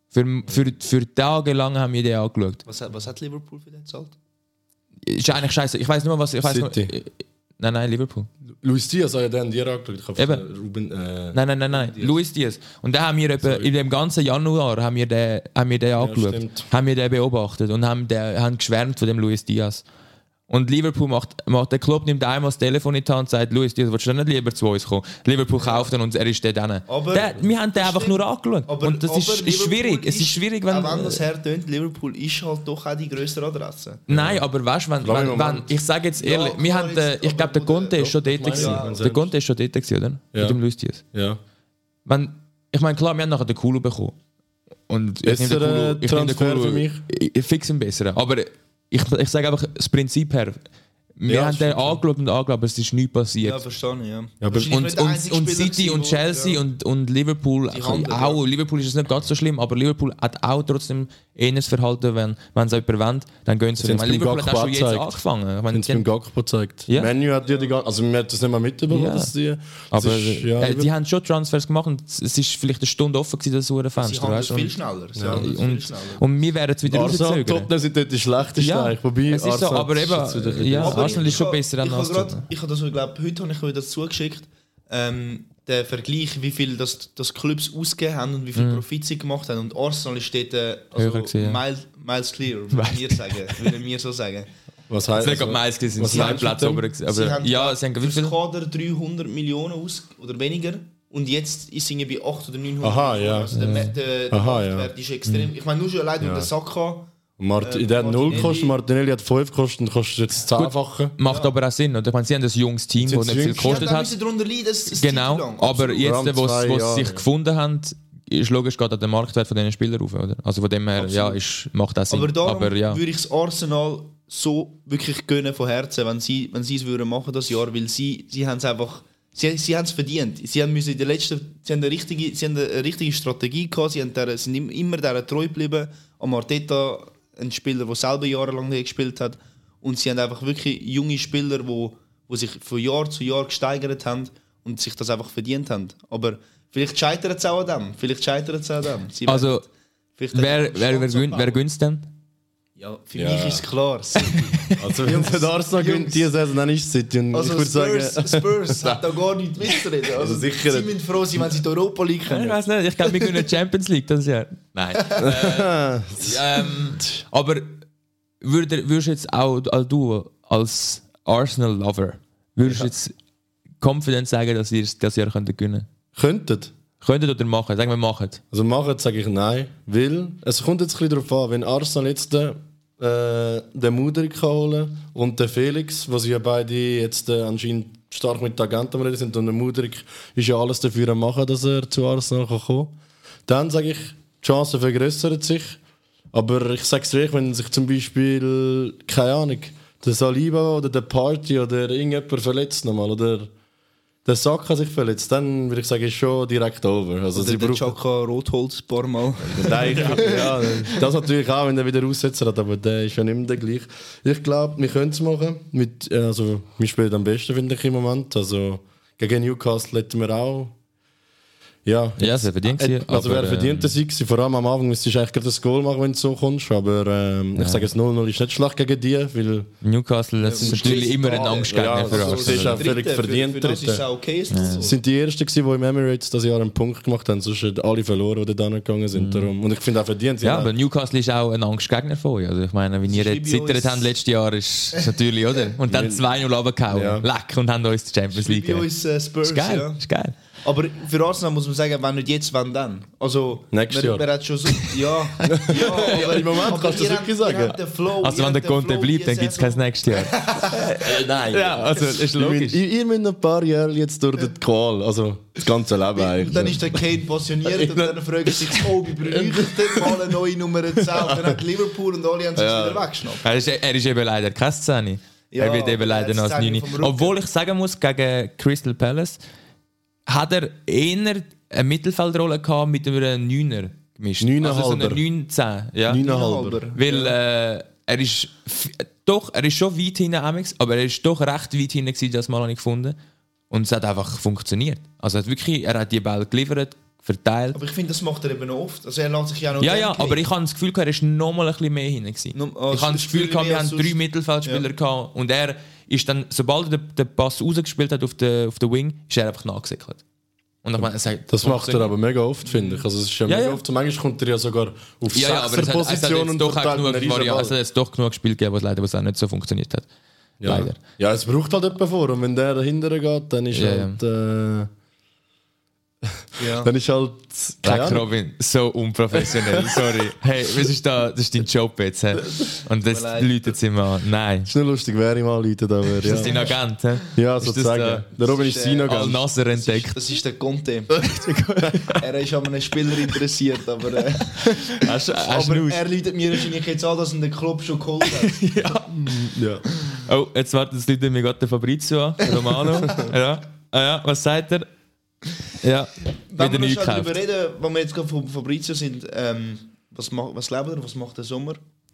Für tagelang haben wir den angeschaut. Was hat Liverpool für den gezahlt? Ist eigentlich scheiße. Ich weiß nicht mehr, was. Ich weiß noch, City. nein, Liverpool. Luis Diaz, ja, den haben die angeschaut. Ich habe Eben. Ruben, Nein. Luis Diaz. Und da haben wir etwa, in dem ganzen Januar haben wir den angeschaut. stimmt. Haben wir den beobachtet und haben geschwärmt von dem Luis Diaz. Und Liverpool der Club nimmt einmal das Telefon in die Hand und sagt, Luis Diaz, willst du nicht lieber zu uns kommen? Liverpool kauft ihn und er ist dort hin. Aber- Wir haben den einfach nur angeschaut. Und das ist Liverpool schwierig. Es ist schwierig, wenn... Auch wenn das hertönt, Liverpool ist halt doch auch die größere Adresse. Nein, aber weißt du, wenn ich sage jetzt ehrlich, Ja, wir klar, haben, jetzt, ich glaube, der aber Conte ist schon dort meine ich, gewesen. ja. Der Conte ist schon dort gewesen, oder? Ja. Mit dem Luis Diaz. ja. Ich meine, klar, wir haben nachher den Kulu bekommen. Und Besserer Transfer für mich. Fix ein besserer. Aber ich sage einfach das Prinzip her. Wir Ja, haben den stimmt. angeschaut, aber es ist nichts Ja, passiert. verstehe ich, ja. aber- Wahrscheinlich nicht der einzige Und Spieler City und gewesen, Chelsea ja. und Liverpool Die handeln, auch. Liverpool ist es nicht ganz so schlimm, aber Liverpool hat auch trotzdem eher das Verhalten, wenn sie jemanden wollen, dann gehen sie. Liverpool hat auch schon jetzt angefangen. Wenn es beim Gakpo zeigt. Ja. Menu hat ja also man hat das nicht mal mitbekommen, dass die... Aber die haben schon Transfers gemacht und es ist vielleicht eine Stunde offen gewesen, das Uhrenfenster. Sie haben viel schneller. Und wir werden es wieder rauszögern. Tottenham sind dort die schlechteste wobei es ist so, aber eben, Arsenal ist schon besser an als Tottenham. Ich habe das, glaube heute habe ich wieder zugeschickt, der Vergleich, wie viel das Clubs ausgegeben haben und wie viel Profit sie gemacht haben. Und Arsenal ist dort miles clear, würde mir so sagen. Was heißt das? Miles sind sie einen Platz oben. Sie haben für das Kader 300 Millionen oder weniger. Und jetzt ist es bei 800 oder 900 Millionen. Also der Marktwert ist extrem. Ich meine, nur schon allein durch den Saka. Der hat 0 gekostet, Martinelli hat 5 gekostet und kostet jetzt 10-fache. Macht aber auch Sinn. Oder? Ich meine, sie haben ein junges Team, das nicht viel gekostet hat. Genau, aber jetzt, wo sie sich gefunden haben, ist logisch, geht der Marktwert von diesen Spielern rauf. Oder? Also von dem her, macht das Sinn. Aber darum würde ich das Arsenal so wirklich gönnen von Herzen, wenn sie es würden machen das Jahr, weil sie haben es einfach... Sie haben es verdient. Sie haben eine richtige Strategie gehabt. Sind immer dieser treu geblieben. Am Arteta, ein Spieler, der selber jahrelang gespielt hat. Und sie haben einfach wirklich junge Spieler, die sich von Jahr zu Jahr gesteigert haben und sich das einfach verdient haben. Aber vielleicht scheitert es auch an dem. Also, wer gönnt es denn? Ja, für mich ist es klar. Also wenn der Arsenal gönnt diese Saison, dann ist es City. Und also ich würde sagen, Spurs hat da gar nichts mitzureden. Also sicher. Sie müssen froh sein, wenn sie die Europa League können. Ich weiß nicht, ich glaube, wir gewinnen die Champions League das Jahr. Nein. Aber würdest jetzt auch du als Arsenal-Lover, würdest jetzt confident sagen, dass ihr das Jahr gewinnen könntet? Könntet oder machen? Sagen wir machen. Also machen sage ich nein, weil es kommt jetzt ein bisschen darauf an, wenn Arsenal jetzt den Mudryk holen und den Felix, wo sie ja beide jetzt anscheinend stark mit den Agenten reden sind und der Mudryk ist ja alles dafür am machen, dass er zu Arsenal kommen kann. Dann sage ich, die Chancen vergrößern sich. Aber ich sage es dir, wenn sich zum Beispiel, keine Ahnung, der Saliba oder der Party oder irgendjemand verletzt nochmal oder der Saka sich verletzt, dann würde ich sagen, ist schon direkt over. Also oder der Chaka Rotholz ein paar Mal. Ja, das natürlich auch, wenn er wieder Aussetzer hat, aber der ist ja nicht mehr der gleiche. Ich glaube, wir können es machen. Also, wir spielen am besten, finde ich, im Moment. Also, gegen Newcastle hätten wir auch... Ja, sehr verdient. Also wer verdient der Sieg? Vor allem am Anfang müsstest du eigentlich gerade das Goal machen, wenn du so kommst. Aber ich sage, das 0-0 ist nicht schlecht gegen die, weil... Newcastle ist natürlich immer ein Angstgegner für Arsenal. Das ist auch völlig verdient. Das ist auch okay. Das sind die Ersten, die im Emirates das Jahr einen Punkt gemacht haben. Sonst haben alle verloren, die da gegangen sind. Und ich finde auch verdient. Ja, aber Newcastle ist auch ein Angstgegner von euch. Also ich meine, wenn ihr jetzt zittert habt letztes Jahr, ist es natürlich, oder? Und dann 2-0 runtergehauen. Ja. Leck, und haben uns die Champions League gegeben. Spurs, ist geil, ist geil. Aber für Arsenal muss man sagen, wenn nicht jetzt, wann dann? Also, nächstes Jahr. Man hat schon so, ja, aber im Moment kannst du das wirklich sagen. Also wenn der Conte bleibt, dann gibt es kein nächstes Jahr. Nein. Ja, also das ist logisch. Ihr müsst noch ein paar Jahre jetzt durch die Qual, also das ganze Leben eigentlich. Und dann ist der Kane passioniert und dann fragen sich, wie bräuchte mal eine neue Nummer 10? Und dann hat Liverpool und alle haben sich wieder weggeschnappt. Er ist eben leider keine Szene. Er wird eben leider noch als 9. Obwohl ich sagen muss, gegen Crystal Palace hat er eher eine Mittelfeldrolle gehabt mit einem 9er gemischt. 9,5. Also so eine 9-10. Ja. 9,5. Weil er ist schon weit hinten, aber er ist doch recht weit hinten gewesen, das Mal habe ich gefunden. Und es hat einfach funktioniert. Also er hat die Bälle geliefert, verteilt. Aber ich finde, das macht er eben oft. Also er lässt sich ja noch Ja, aber ich habe das Gefühl, er ist noch mal ein bisschen mehr hinten gewesen. Ich habe das Gefühl, wir haben 3 Mittelfeldspieler gehabt und er ist dann, sobald er den Pass rausgespielt hat auf den Wing, ist er einfach nachgesickelt. Und ich meine, das macht er aber mega oft, finde ich. Also es ist ja mega oft. Manchmal kommt er ja sogar auf 6er-Position und es hat jetzt doch genug Gespiele gegeben, was auch nicht so funktioniert hat. Ja. Leider. Ja, es braucht halt jemanden vor. Und wenn der dahinter geht, dann ist halt... Dann ist halt... Robin, so unprofessionell, sorry. Hey, was ist da? Das ist dein Job jetzt. He? Und das läutet sie mal an. Nein. Es ist nicht lustig, wer ihm anläutet. Ist das dein Agent? He? Ja, sozusagen. Der Robin ist sein Agent. Al-Nasser entdeckt. Das ist der Conte. Er ist an einem Spieler interessiert, aber... aber er läutet mir wahrscheinlich jetzt an, dass ihn der Club schon geholt hat. Ja. Oh, jetzt wartet das Leute mir gerade der Fabrizio an, Romano. Ja, was sagt er? Ja, wenn wir schon darüber reden, wenn wir jetzt gerade von Fabrizio sind, Was glaubt ihr, was macht der Sommer?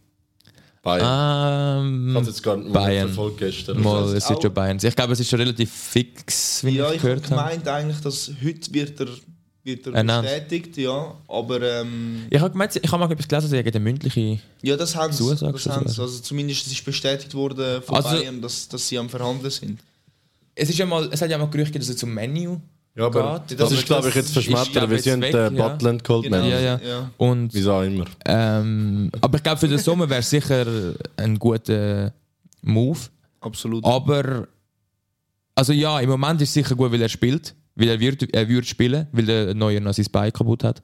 Bayern. Ich habe jetzt gar nicht Bayern. verfolgt gestern. Mal, Das es ist auch- schon Bayern. Ich glaube, es ist schon relativ fix, wie Ja, ich ich habe gehört habe. gemeint eigentlich, dass heute wird er Announced. bestätigt, ja. Aber Ich habe gemeint, ich habe mal etwas gelesen, sie haben eine mündliche... ja, das haben sie. Zusage Das oder haben so. sie. Also zumindest ist bestätigt worden von Also- Bayern, dass sie am Verhandeln sind. Es hat ja mal Gerüchte gegeben, dass er zum Menu Ja, aber geht. das Aber ist, glaube ich, das jetzt verschmettert, ist, glaub weil ich, sie haben jetzt weg, ja. Butland geholt. Genau. Mann. Ja. Und, Wieso auch immer. aber ich glaube, für den Sommer wäre es sicher ein guter Move. Absolut. Aber also ja, im Moment ist es sicher gut, weil er spielt. Weil er wird spielen, weil der Neue noch sein Bein kaputt hat.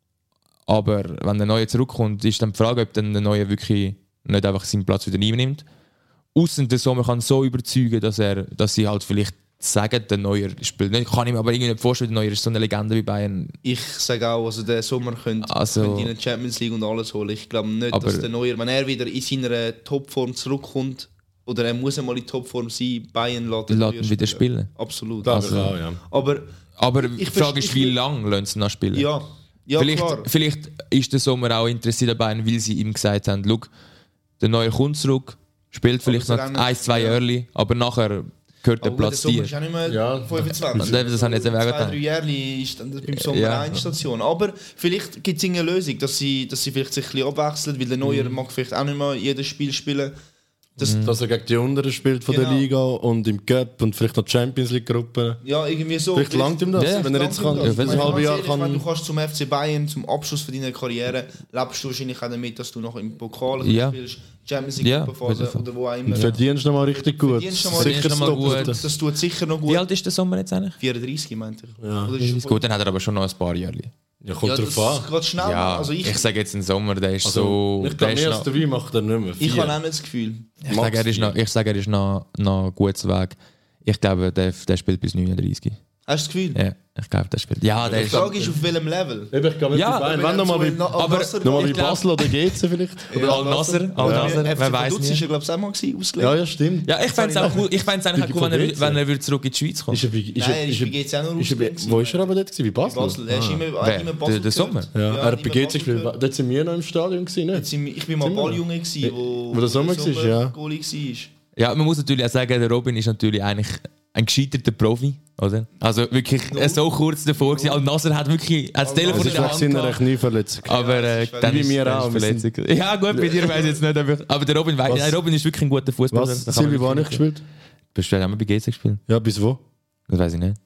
Aber wenn der Neue zurückkommt, ist dann die Frage, ob dann der Neue wirklich nicht einfach seinen Platz wieder einnimmt. Ausser der Sommer kann so überzeugen, dass sie halt vielleicht sagen, der Neuer spielt nicht. Kann ich mir aber irgendwie nicht vorstellen, der Neuer ist so eine Legende wie Bayern. Ich sage auch, also der Sommer könnte in der Champions League und alles holen. Ich glaube nicht, Aber- dass der Neuer, wenn er wieder in seiner Topform zurückkommt, oder er muss einmal in Topform sein, Bayern lässt den Lassen Neuer wieder spielen. Absolut. Glaube Also- ich auch, ja. Aber Aber Ich die Frage ist, wie verstehe- lange lassen sie ihn noch spielen? ja, klar. Vielleicht ist der Sommer auch interessiert an Bayern, weil sie ihm gesagt haben, schau, der Neue kommt zurück, spielt vielleicht sie noch rennen- 1-2 ja. Jahre, aber nachher gehört der Aber Platz der Sommer dir. ist auch nicht mehr Ja. 25. Das haben jetzt eben auch 2-3 gedacht. Jahre ist dann beim Sommer Ja. eine Station. Aber vielleicht gibt es eine Lösung, dass sie vielleicht sich ein bisschen abwechseln, weil der Neuer mag vielleicht auch nicht mehr jedes Spiel spielen. Dass er gegen die Unteren spielt von Genau. der Liga und im Cup und vielleicht noch die Champions League Gruppe. Ja, irgendwie so. Vielleicht langt ihm das, Ja, wenn er jetzt kann. Ja, Ja, wenn ein halbes Jahr Ich kann. meine, du kannst zum FC Bayern, zum Abschluss von deiner Karriere, lebst du wahrscheinlich auch damit, dass du noch im Pokal Ja. spielst, Champions League Ja, Gruppenphase auf jeden oder wo auch immer. Verdienst du noch mal richtig gut. Verdienst du noch mal Sicher richtig das mal gut. Doppelte. Das tut sicher noch Wie gut. alt ist der Sommer jetzt eigentlich? 34 meinte ich. Ja. Oder ist Gut, dann hat er aber schon noch ein paar Jahre. Ja, kommt ja, drauf das an. geht schnell. Ja, Also ich sage jetzt im Sommer, der ist Also, so... ich Der glaube, ist mehr als noch, der Wein macht er nicht mehr. ich 4. habe auch nicht das Gefühl. ich sage, er ist noch gutes Weg. Ich glaube, der spielt bis 39. Hast du das Gefühl? Ja, ich glaube, der spielt. Ja, der Die ist... Frage ist, auf welchem Level? Eben, ich glaube, Ja, wenn nochmal bei, aber- noch ich bei glaub- Basel oder GC vielleicht. Oder Al-Nasser, wer weiß Dutz ist nicht. ja, glaube ich, auch mal ausgelegt. Ja, ja, stimmt. Ja, ich fände es auch cool, eigentlich auch cool, Von wenn er wieder zurück in die Schweiz kommt. Ist er, ist Nein, er ist bei er, GC auch nur ist er, ausgelegt. wo ist er aber dort gewesen? Bei Basel? Basel. Er ist immer Wer? immer Basel Der Sommer? gehört. Ja, er hat bei immer GC Basel gespielt. gehört. Dort sind wir noch im Stadion gewesen, Jetzt nicht? sind wir- Ich bin mal Sind wir noch? Balljunge gewesen, Wo der Sommer war, ja. Goalie war. Ja, man muss natürlich auch sagen, der Robin ist natürlich eigentlich ein gescheiterter Profi, oder? Also wirklich so kurz davor gewesen. Al-Nasser hat wirklich das Telefon Das in ist der wegen Hand seiner gehabt. Knieverletzung. Aber Ja, das ist dann wie ist mir dann auch, ist wir Verletzung. Ja gut, bei dir weiß ich jetzt nicht. Aber der Robin weiß. Was? Nein, Robin ist wirklich ein guter Fußballer. Was? Da kann man Silvi war wirklich- nicht gespielt? Bist du auch bei GC gespielt? Ja, bis wo? Das weiß ich nicht.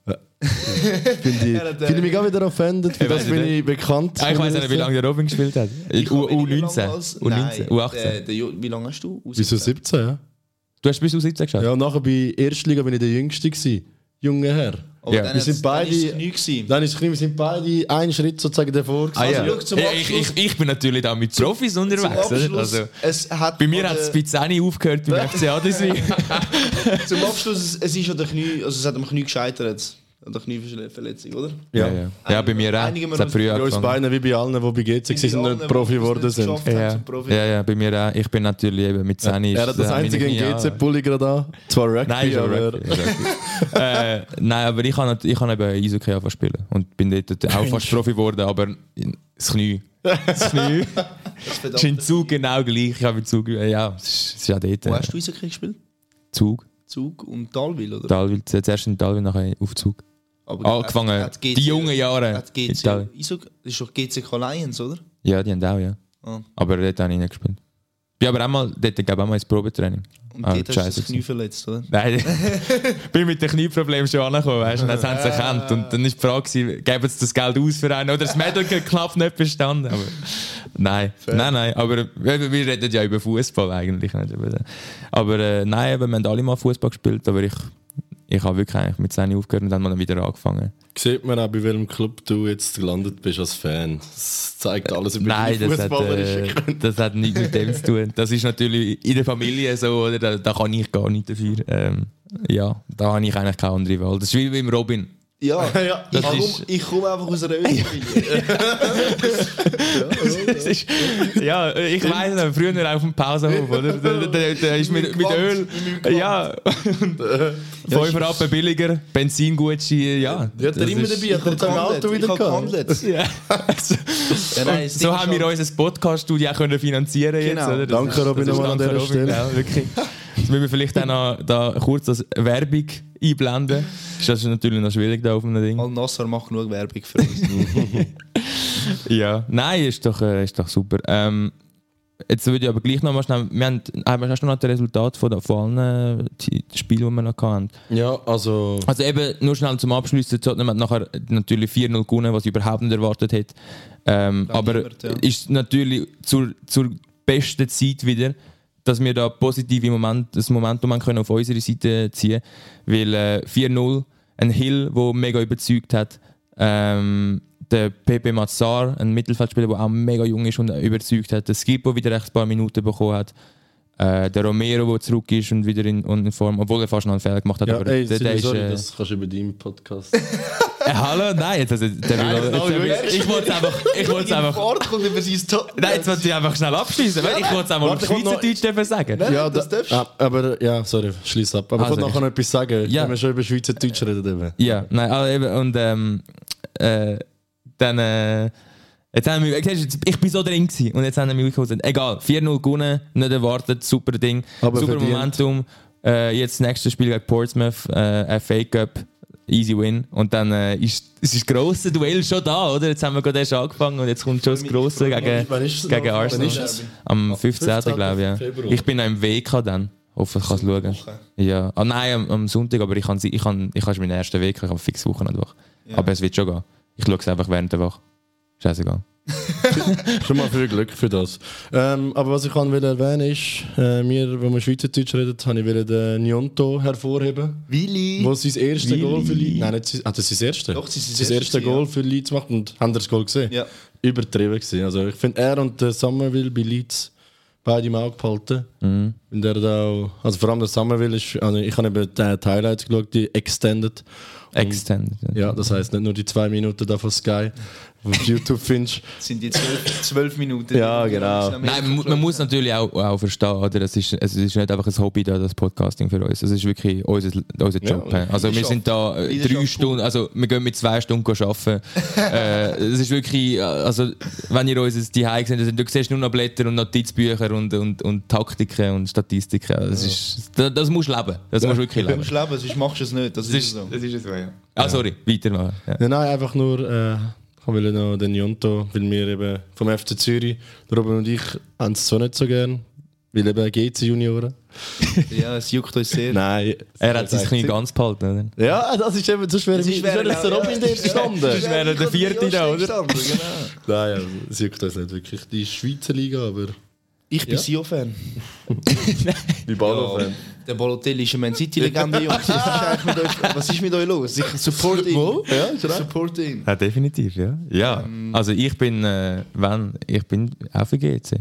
Fühle mich auch wieder offended, für Ich das weiss bin nicht. ich bekannt. Ich weiß nicht, wie lange der Robin gespielt hat. U19. U19. U18. Wie lange hast du? Bis zu 17, ja. Du hast bis U17 geschaut? Ja, und nachher bei Erstliga bin ich der Jüngste gewesen. Junger Herr. Aber Ja. dann Wir sind hat's- beide- dann ist es nicht gewesen. Dann ist es wir sind beide einen Schritt sozusagen davor. Ah, ja. Also, schau, zum Ja, Abschluss- ich bin natürlich da mit Profis Zum unterwegs. Oder? Abschluss, Also, es hat bei mir an hat es der- bei 10 aufgehört beim FC Adelswil. Zum Abschluss, es ist an der Knie, also es hat am Knie gescheitert. An der Knieverletzung, oder? Ja, bei mir auch. Einigen wir Es hat uns- früh Bei uns angefangen. beiden wie bei allen, die bei GC sind, nicht Profi geworden sind. Ja, bei mir auch. Ich bin natürlich eben mit 10 Er hat das einzige in GC-Pulli gerade an. Zwar Rugby, Nein, ist ja aber... Rugby. Nein, aber ich habe eben Eishockey angefangen zu spielen. Und bin dort auch fast Profi geworden, aber das Knie. Das Knie ist in Zug genau gleich. Ich habe in Zug, ja, es ist ja dort. Wo hast du Eishockey gespielt? Zug. Zug und Talwil, oder? Talwil, zuerst in Talwil, nachher auf Zug. Aber Angefangen, hat die jungen Jahre. Hat in GC, Talwil. Eishockey, das ist doch GCK Lions, oder? Ja, die haben auch, ja. Ah. Aber dort habe ich nicht gespielt. Bin aber einmal, dort gab es auch mal ein Probetraining. Und Ah, dort hast du scheiße das Knie verletzt, oder? Nein, bin mit den Knieproblemen schon angekommen, weißt du, und das haben sie erkannt. Und dann war die Frage, gewesen, geben sie das Geld aus für einen oder das Medical Club nicht bestanden. Aber, nein, aber wir reden ja über Fußball eigentlich nicht. Aber nein, wir haben alle mal Fußball gespielt, aber ich habe wirklich eigentlich mit 10 aufgehört und dann mal wieder angefangen. Sieht man auch, bei welchem Club du jetzt gelandet bist als Fan. Das zeigt alles über Nein, deine das hat, fußballerische das hat nichts mit dem zu tun. Das ist natürlich in der Familie so, oder? Da kann ich gar nichts dafür. Ja, da habe ich eigentlich keine andere Wahl. Das ist wie beim Robin. Ja, Ja, ich komme einfach aus einer Ölfamilie. Ja, ich weiss noch, früher auf dem Pausenhof, oder? Da ist mit Öl. Ja, 5 Rappen billiger, Benzingutschein, ja. Die hat er immer dabei, hat er sein Auto wieder gehabt. Ja. So haben wir unser Podcast-Studio auch können finanzieren jetzt, Genau. oder? Danke, Robin, nochmal an dieser Stelle. Ja, wirklich. Das müssen wir vielleicht auch noch da kurz als Werbung einblenden. Das ist natürlich noch schwierig da auf einem Ding. Al-Nassr macht genug Werbung für uns. Ja, nein, ist doch super. Jetzt würde ich aber gleich noch mal schnell. Hast du noch das Resultat von allen Spielen, die wir noch hatten? Ja, also eben, nur schnell zum Abschließen. Tottenham hat nachher natürlich 4-0 gewonnen, was ich überhaupt nicht erwartet hätte. Aber niemand, ja. ist natürlich zur besten Zeit wieder, dass wir da positiv das Momentum können auf unsere Seite ziehen können. Weil 4-0, ein Hill, der mega überzeugt hat, der Pepe Mazzar, ein Mittelfeldspieler, der auch mega jung ist und überzeugt hat, der Skip, der wieder ein paar Minuten bekommen hat, der Romero, der zurück ist und wieder in Form, obwohl er fast noch einen Fehler gemacht hat. ja, Aber ey, der ist, sorry, das kannst du über deinen Podcast. hallo? Nein, ich wollte es einfach... Fahrt kommt über sein Nein, jetzt wollte ich einfach schnell abschließen, weil ich wollte es auch mal auf Schweizerdeutsch sagen. Ja, das darfst du. Aber ja, sorry, schließ ab. Aber ich wollte nachher noch etwas sagen, Ja. wenn wir schon über Schweizerdeutsch reden. Eben. Ja, nein, also eben, und dann... Jetzt haben wir, ich bin so drin gewesen und jetzt haben wir mich gesagt, egal, 4-0 gewonnen, nicht erwartet, super Ding, Aber super verdient. Momentum. Jetzt das nächste Spiel gegen Portsmouth, FA Cup, easy win. Und dann ist das grosse Duell schon da, oder? Jetzt haben wir gerade erst angefangen und jetzt kommt schon das grosse gegen Wann ist es gegen noch? Arsenal. Wann ist es? Am 15. glaube ich. Ja. Februar. Ich bin noch im WK dann. Hoffe, ich kann es schauen. Ja. Nein, am Sonntag, aber ich habe meinen ersten WK, ich habe fix Wochen einfach. Ja. Aber es wird schon gehen. Ich schaue es einfach während der Woche. Scheißegal. Schon mal viel Glück für das. Aber was ich will erwähnen ist, wenn wir Schweizerdeutsch reden, habe ich den Nyonto hervorheben. Willi. Wo sein erstes Goal für Leeds... Nein, nicht das ist sein erstes. Doch, das ist sein sein erstes erstes, Goal ja. für Leeds gemacht und haben das Goal gesehen? Ja. Übertrieben gewesen. Also ich finde, er und der Summerville bei Leeds beide im Auge behalten. Und der da auch, also vor allem der Summerville ist... Also ich habe eben die Highlights geschaut, die Extended. Extended. Ja, das heisst nicht nur die 2 Minuten da von Sky, die auf YouTube findest. Das sind die 12 Minuten. Ja, genau. Nein, man muss natürlich auch verstehen, oder? Es ist nicht einfach ein Hobby, das Podcasting für uns. Es ist wirklich unser Job. Ja, Also wir sind da 3 Stunden, also wir gehen mit 2 Stunden arbeiten. Es ist wirklich, also wenn ihr uns die Zuhause seht, also, du siehst nur noch Blätter und Notizbücher und Taktiken und Statistiken. Das musst du leben. Das musst du wirklich Du leben. musst leben, sonst machst du es nicht. Das ist so. Das ist so, ja. Ah, sorry, weitermachen. Ja. Nein, einfach nur, ich will noch den Nyonto, weil wir eben vom FC Zürich, der Robin und ich, haben es so nicht so gern, weil eben GC Junioren. Ja, es juckt uns sehr. Nein. Er hat sein Knie ganz behalten, oder? Ja, das ist eben, sonst wäre der Robin dort gestanden. Das wäre der 4. da, oder? Genau. Nein, ja, es juckt uns nicht wirklich. Die Schweizer Liga, aber Ich bin Sio-Fan. wie Ballo-Fan. Der Balotelli ist eine Man City-Legende, Jungs. Was ist mit euch los? Ich support ihn. Wo? Ja, ist recht. Support ihn. Ja, definitiv, ja. Ja, also ich bin, ich bin auch für GC.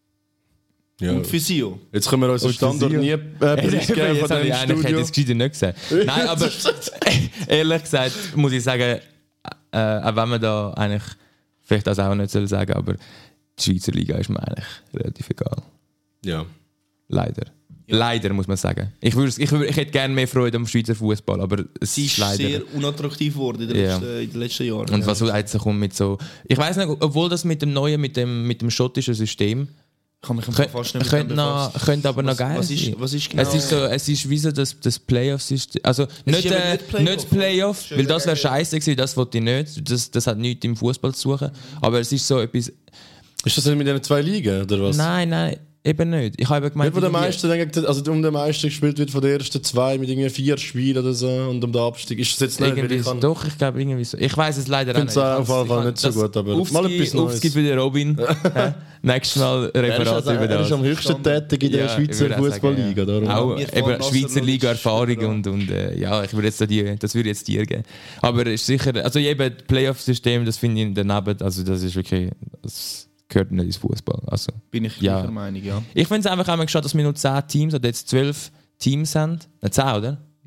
Ja. Und für Sio. Jetzt können wir unseren Und Standort für Sie, nie preisgeben Jetzt von habe ich diesem eigentlich Studio. das gescheiter nicht gesagt. Nein, aber ehrlich gesagt muss ich sagen, auch wenn man da eigentlich vielleicht das auch nicht soll sagen, aber die Schweizer Liga ist mir eigentlich relativ egal. Ja. Leider. Leider muss man sagen. Ich hätte gerne mehr Freude am Schweizer Fußball, aber es Sie ist ist leider. sehr unattraktiv geworden in den letzten Jahren. Und was jetzt kommt mit so. Ich weiß nicht, obwohl das mit dem neuen, mit dem schottischen System. Ich kann mich fast nicht mit dem befasst. Könnte aber noch geil sein. Was ist genau? Es ist wie so das Playoff-System. Also nicht, ist eben nicht nicht Playoff, weil das wäre scheiße gewesen, das wollte ich nicht. Das hat nichts im Fußball zu suchen. Aber es ist so etwas. Ist das mit diesen 2 Ligen, oder was? Nein, eben nicht. Ich habe gemeint, Nicht, wo der meiste, also um den meisten gespielt wird von den ersten 2 mit irgendwie 4 Spielen oder so und um den Abstieg. Ist das jetzt nicht? irgendwie Ich kann- doch, ich glaube irgendwie so. Ich weiß es leider Ich finde es auf jeden Fall nicht so gut, aber mal etwas Neues. Aufski für den Robin. Nächstes Mal Referat über das. Er ist am höchsten tätig in der Ja, Schweizer ich würde auch sagen, Fußballliga. Darum. Auch Wir eben fahren Schweizer Wasser Liga noch Erfahrung nicht. und ja, ich würde jetzt das würde jetzt dir geben. Aber es ist sicher, also eben das Playoff-System, das finde ich daneben, also das ist wirklich, das gehört nicht ins Fußball. Also Bin ich Ja. gleicher Meinung, ja. ich finde es einfach einmal geschaut, dass wir nur 10 Teams oder jetzt 12 Teams haben. Nicht 10, oder?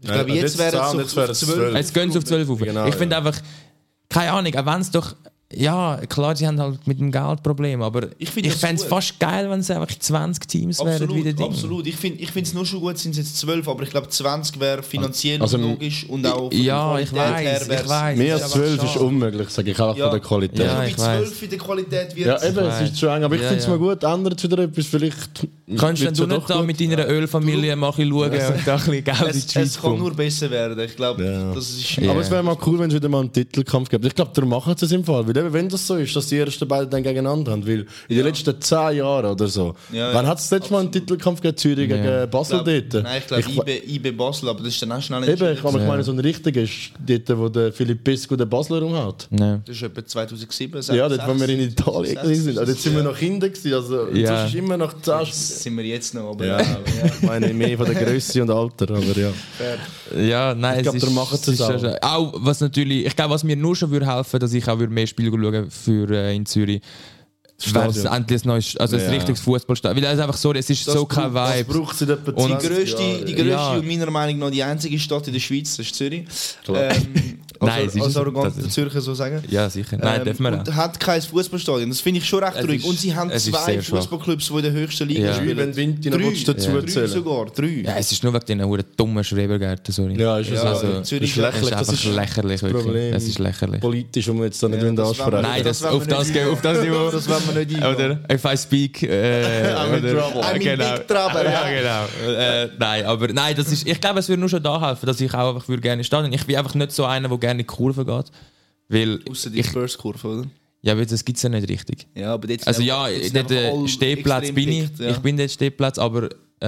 Ich glaube, jetzt wäre es auf 12. Jetzt gehen sie auf 12 auf. Genau, Ich finde einfach, keine Ahnung, auch wenn es doch, ja, klar, sie haben halt mit dem Geld Probleme, aber ich fände es fast geil, wenn es einfach 20 Teams wären wie der Ding. Absolut, ich finde es nur schon gut, sind es jetzt 12, aber ich glaube 20 wäre finanziell logisch und auch von ja, der Qualität ich weiß. Mehr als 12 ist unmöglich, sage ich auch von der Qualität. Ja, ich bei 12 in der Qualität wird ja, eben, es ist schon eng, aber ich finde es mal gut, ändert wieder etwas, vielleicht... Kannst du nicht da mit deiner Ölfamilie mal schauen und da ein bisschen Geld in die Schweiz Es kann nur besser werden, ich glaube, das ist... Aber es wäre mal cool, wenn es wieder mal einen Titelkampf gibt. Ich glaube, da machen sie es im Fall, weil eben, wenn das so ist, dass die ersten beiden dann gegeneinander haben, weil in den letzten 10 Jahren oder so, wann hat es das letzte Mal einen Titelkampf gegeben, Zürich gegen Basel dort? Nein, ich glaube IB Basel, aber das ist dann auch schnell Eben, ich meine, so ein richtiger ist dort, wo der Philipp Pisco den Basler umhaut. Ja. Das ist etwa 2007, Ja, dort, wo wir in Italien waren. Also, dort sind wir noch Kinder gewesen, also das ist immer noch 10 sind wir jetzt noch, aber... Ja, ich meine, mehr von der Größe und Alter, aber ja. Ja, nein, ich glaube, da machen sie es auch. Auch was natürlich, ich glaube, was mir nur schon würde helfen, dass ich auch mehr Spiele schauen für in Zürich. Wäre es endlich ein neues, also ein richtiges Fußballstadion. Weil es einfach so, es ist das so kein Vibe. Das braucht es in etwa 20 Die grösste und meiner Meinung nach die einzige Stadt in der Schweiz, das ist Zürich. Nein, es ist als arrogante Zürcher so sagen. Ja, sicher. Nein, dürfen wir auch. Und hat kein Fußballstadion. Das finde ich schon recht ruhig. Und sie haben 2 Fußballclubs, die in der höchsten Liga spielen. Wenn Vinti noch dazu 3 sogar. 3. Ja, es ist nur wegen diesen dummen Schrebergärten, sorry. Ja, ist es also, Zürich das ist einfach lächerlich. Problem. Es ist lächerlich. Politisch, um jetzt da nicht ansprechen. Nein, auf das Niveau. Das wollen wir nicht eingehen. Oder? If I speak... I'm in trouble. I'm in big trouble. Ja, genau. Nein, aber nein, das ist, ich glaube, es würde nur schon da helfen, dass ich auch einfach gerne stehen. Ich bin einfach nicht so einer, der gerne in die Kurve geht. Außer die Spurs-Kurve, oder? Ja, weil das gibt es ja nicht richtig. Ja, aber dort also ja, dort Stehplatz bin ich. Ja. Ich bin dort Stehplatz, aber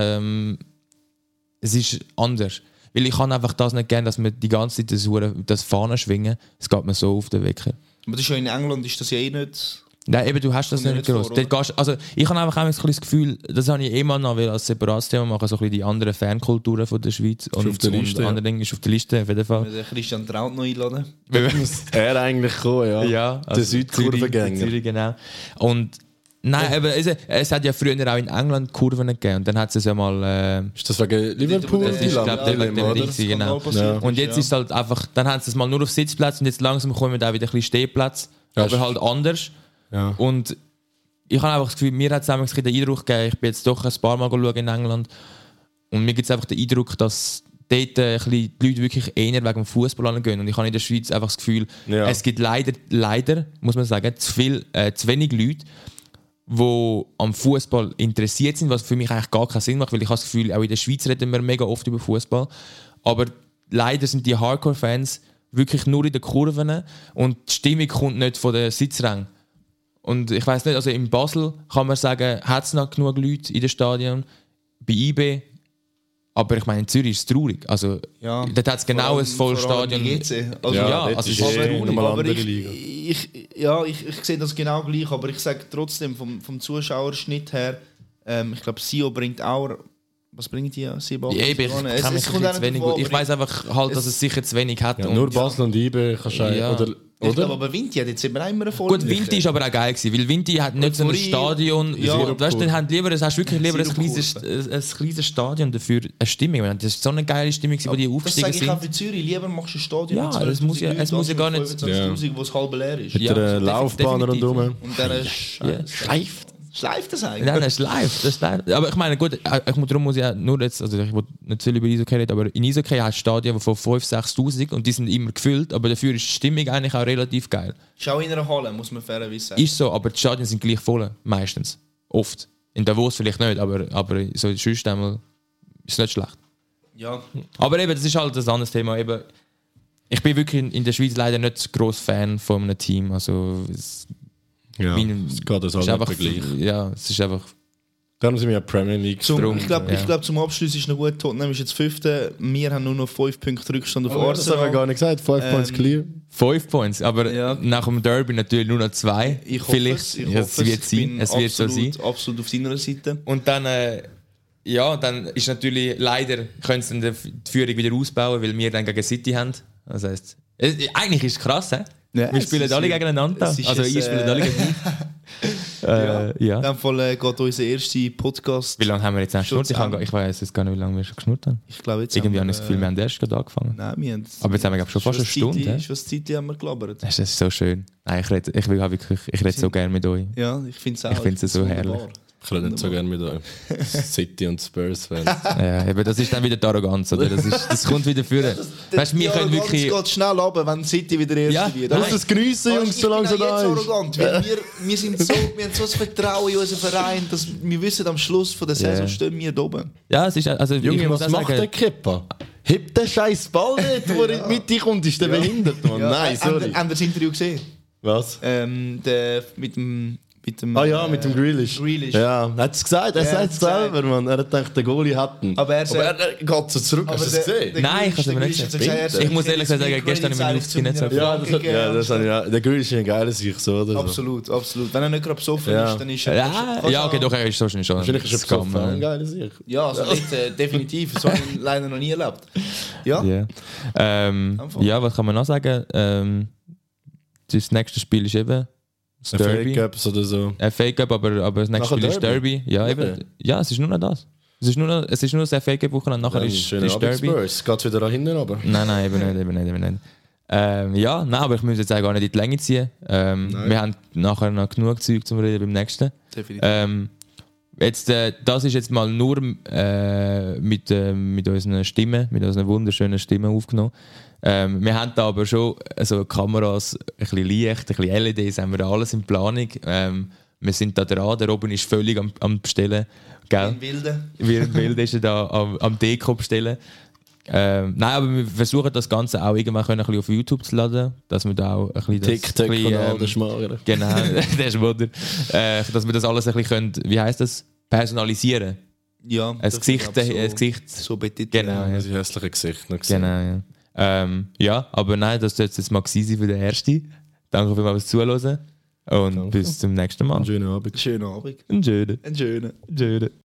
es ist anders. Weil ich kann einfach das nicht gerne, dass wir die ganze Zeit das Fahnen schwingen. Es geht mir so auf den Wecker. Aber das ist ja in England, ist das ja eh nicht... Nein, eben, du hast das nicht groß. Also, ich habe einfach ein das Gefühl, das habe ich eh mal noch als separates Thema machen, so ein bisschen die anderen Fankulturen von der Schweiz. Und auf der Liste, andere Dinge ist auf der Liste, auf jeden Fall. Wir den Christian Traut noch einladen. Er eigentlich kommen, ja. Ja, also der Südkurvengänger. Zürich, genau. Und nein, aber es hat ja früher auch in England Kurven gegeben. Und dann hat es ja mal... ist das wegen Liverpool? Das ist, glaube ich, wegen dem Ding, genau. Ja. Und jetzt ist es halt einfach... Dann haben sie es mal nur auf Sitzplatz und jetzt langsam kommen wir auch wieder ein bisschen Stehplatz. Ja, aber halt anders. Ja. Und ich habe einfach das Gefühl, mir hat es einfach den Eindruck gegeben, ich bin jetzt doch ein paar Mal schauen in England und mir gibt es einfach den Eindruck, dass dort ein bisschen die Leute wirklich eher wegen dem Fußball angehen. Und ich habe in der Schweiz einfach das Gefühl, es gibt leider, muss man sagen, zu wenig Leute, die am Fußball interessiert sind, was für mich eigentlich gar keinen Sinn macht, weil ich habe das Gefühl, auch in der Schweiz reden wir mega oft über Fußball, aber leider sind die Hardcore-Fans wirklich nur in den Kurven und die Stimmung kommt nicht von den Sitzrängen. Und ich weiss nicht, also in Basel kann man sagen, hat es noch genug Leute in den Stadien, bei IB, aber ich meine, in Zürich ist es traurig. Also, dort hat es genau ein volles Stadion. Also, ich sehe das genau gleich, aber ich sage trotzdem, vom Zuschauerschnitt her, ich glaube, Sio bringt auch... Was bringt die? Ich weiss einfach halt, dass es sicher zu wenig hat. Ja, nur Basel und IB kannst du Ich glaube, aber Vinti hat jetzt immer einen Erfolg. Gut, Vinti ist aber auch geil gewesen, weil Vinti hat nicht so ein Stadion. Ja, weißt du, hast wirklich lieber ein kleines Stadion dafür eine Stimmung. Das ist so eine geile Stimmung, wo die aufgestiegen sind. Das sage ich auch für Zürich. Lieber machst du ein Stadion. Ja, es muss ja gar nicht. 25'000, wo es halb leer ist. Mit der Laufbahn rundherum. Und der schleift das eigentlich? Nein, das schleift. Aber ich meine, gut, darum muss ich ja nur jetzt, also ich will nicht viel über Eishockey reden, aber in Eishockey hast du Stadien von 5'000, 6'000 und die sind immer gefüllt, aber dafür ist die Stimmung eigentlich auch relativ geil. Schau in einer Halle, muss man fairerweise sagen. Ist so, aber die Stadien sind gleich voll, meistens. Oft. In Davos vielleicht nicht, aber so sonst einmal ist es nicht schlecht. Ja. Aber eben, das ist halt ein anderes Thema. Eben, ich bin wirklich in der Schweiz leider nicht so gross Fan von einem Team, also... es geht das auch nicht gleich. Ja, es ist einfach... Darum sind wir ja Premier League. Ich glaube, zum Abschluss ist noch gut. Tottenham ist jetzt 5. Wir haben nur noch 5 Punkte Rückstand auf Arsenal. Das haben wir gar nicht gesagt. 5 Points clear. 5 Points, aber nach dem Derby natürlich nur noch 2. Ich hoffe es. Es wird so sein. Absolut auf deiner Seite. Und dann... dann ist natürlich... Leider können sie dann die Führung wieder ausbauen, weil wir dann gegen City haben. Das heisst... Eigentlich ist es krass, he? Ja, wir spielen alle gegeneinander. Also ich spiele alle gegen mich. Ja. In dem Fall geht unser erster Podcast. Wie lange haben wir jetzt eigentlich Schon geschnurrt? Ich weiß jetzt gar nicht, wie lange wir schon geschnurrt haben. Ich glaube, jetzt Irgendwie habe ich das Gefühl, wir haben erst gerade angefangen. Nein, wir haben... Aber jetzt haben wir glaub, schon fast eine Stunde. Schon ein Zeitchen haben wir gelabert. Das ist so schön. Nein, ich rede so gerne mit euch. Ja, ich finde es auch. Ich finde es so wunderbar. herrlich. Ich rede nicht so gerne mit euch. City und Spurs-Fans. Ja, eben, das ist dann wieder die Arroganz, oder? Das kommt wieder führen. Weißt du, wir können wirklich... Es geht schnell runter, wenn City wieder Ja, Erste wird. nein. Lass es geniessen, Jungs, solange es da ist. ist. Arrogant, weil wir haben so ein Vertrauen in unseren Verein, dass wir wissen, am Schluss von der Saison Ja. stehen wir da oben. Ja, es ist... Also, Junge, ich muss was auch macht der sagen, Kipper? Hebt den scheiß Ball nicht, wo er mit dir kommt, ist der behindert, Mann. Nein, sorry. Haben wir das Interview gesehen? Was? Mit dem Ah ja, mit dem Grealish. Grealish. Ja, er hat es gesagt, er Ja, sagt es selber, Mann. Er hat gedacht, der Goalie hat ihn. Aber er geht so zurück, hast du es gesehen? Nein, ich habe es nicht gesehen. Ich muss ehrlich sagen, gestern habe ich mich aufs Netz Der Grealish ist ein geiles Sicht, so oder so. Absolut, absolut. Wenn er nicht gerade besoffen Ja. ist, dann ist er... Ja, okay, doch, er ist wahrscheinlich schon... Wahrscheinlich ist er besoffen, ein geiles Sicht. Ja, also nicht, definitiv. So habe ich leider noch nie erlebt. Ja? Ja. Ja, was kann man noch sagen? Das nächste Spiel ist eben das Derby. Cups oder so. FA Cup, aber das nächste Nachher Spiel ist Derby. Ja, eben. Okay. Ja, es ist nur noch das. Es ist nur das FA Cup Wochenende, nachher ist schöner Abend, Derby. Spurs. Geht wieder da hinten, aber. Nein, eben nicht. Ja, nein, aber ich muss jetzt auch gar nicht in die Länge ziehen. Wir haben nachher noch genug Zeug zum Reden beim nächsten. Definitiv. Jetzt, das ist jetzt mal nur mit unseren Stimmen, mit unseren wunderschönen Stimmen aufgenommen. Wir haben da aber schon also Kameras, ein bisschen Licht, ein bisschen LEDs, haben wir da alles in Planung. Wir sind da dran, der Robin ist völlig am Bestellen. Gell? Wie wild ist er da am Deko bestellen. Nein, aber wir versuchen das Ganze auch irgendwann ein bisschen auf YouTube zu laden, dass wir da auch ein bisschen TikTok-Kanal, der Schmager. Genau, der Schmutter. Dass wir das alles ein bisschen können, wie heisst das? Personalisieren. Ja, Ein Gesicht. So betiteln. Genau, ja. Das hässliche Gesicht noch gesehen. Genau, ja. Ja, aber nein, das soll jetzt mal gewesen sein für den Ersten. Danke fürs Zuhören und bis zum nächsten Mal. Einen schönen Abend. Schönen Abend. Ein schöner. Einen schönen. Schöner.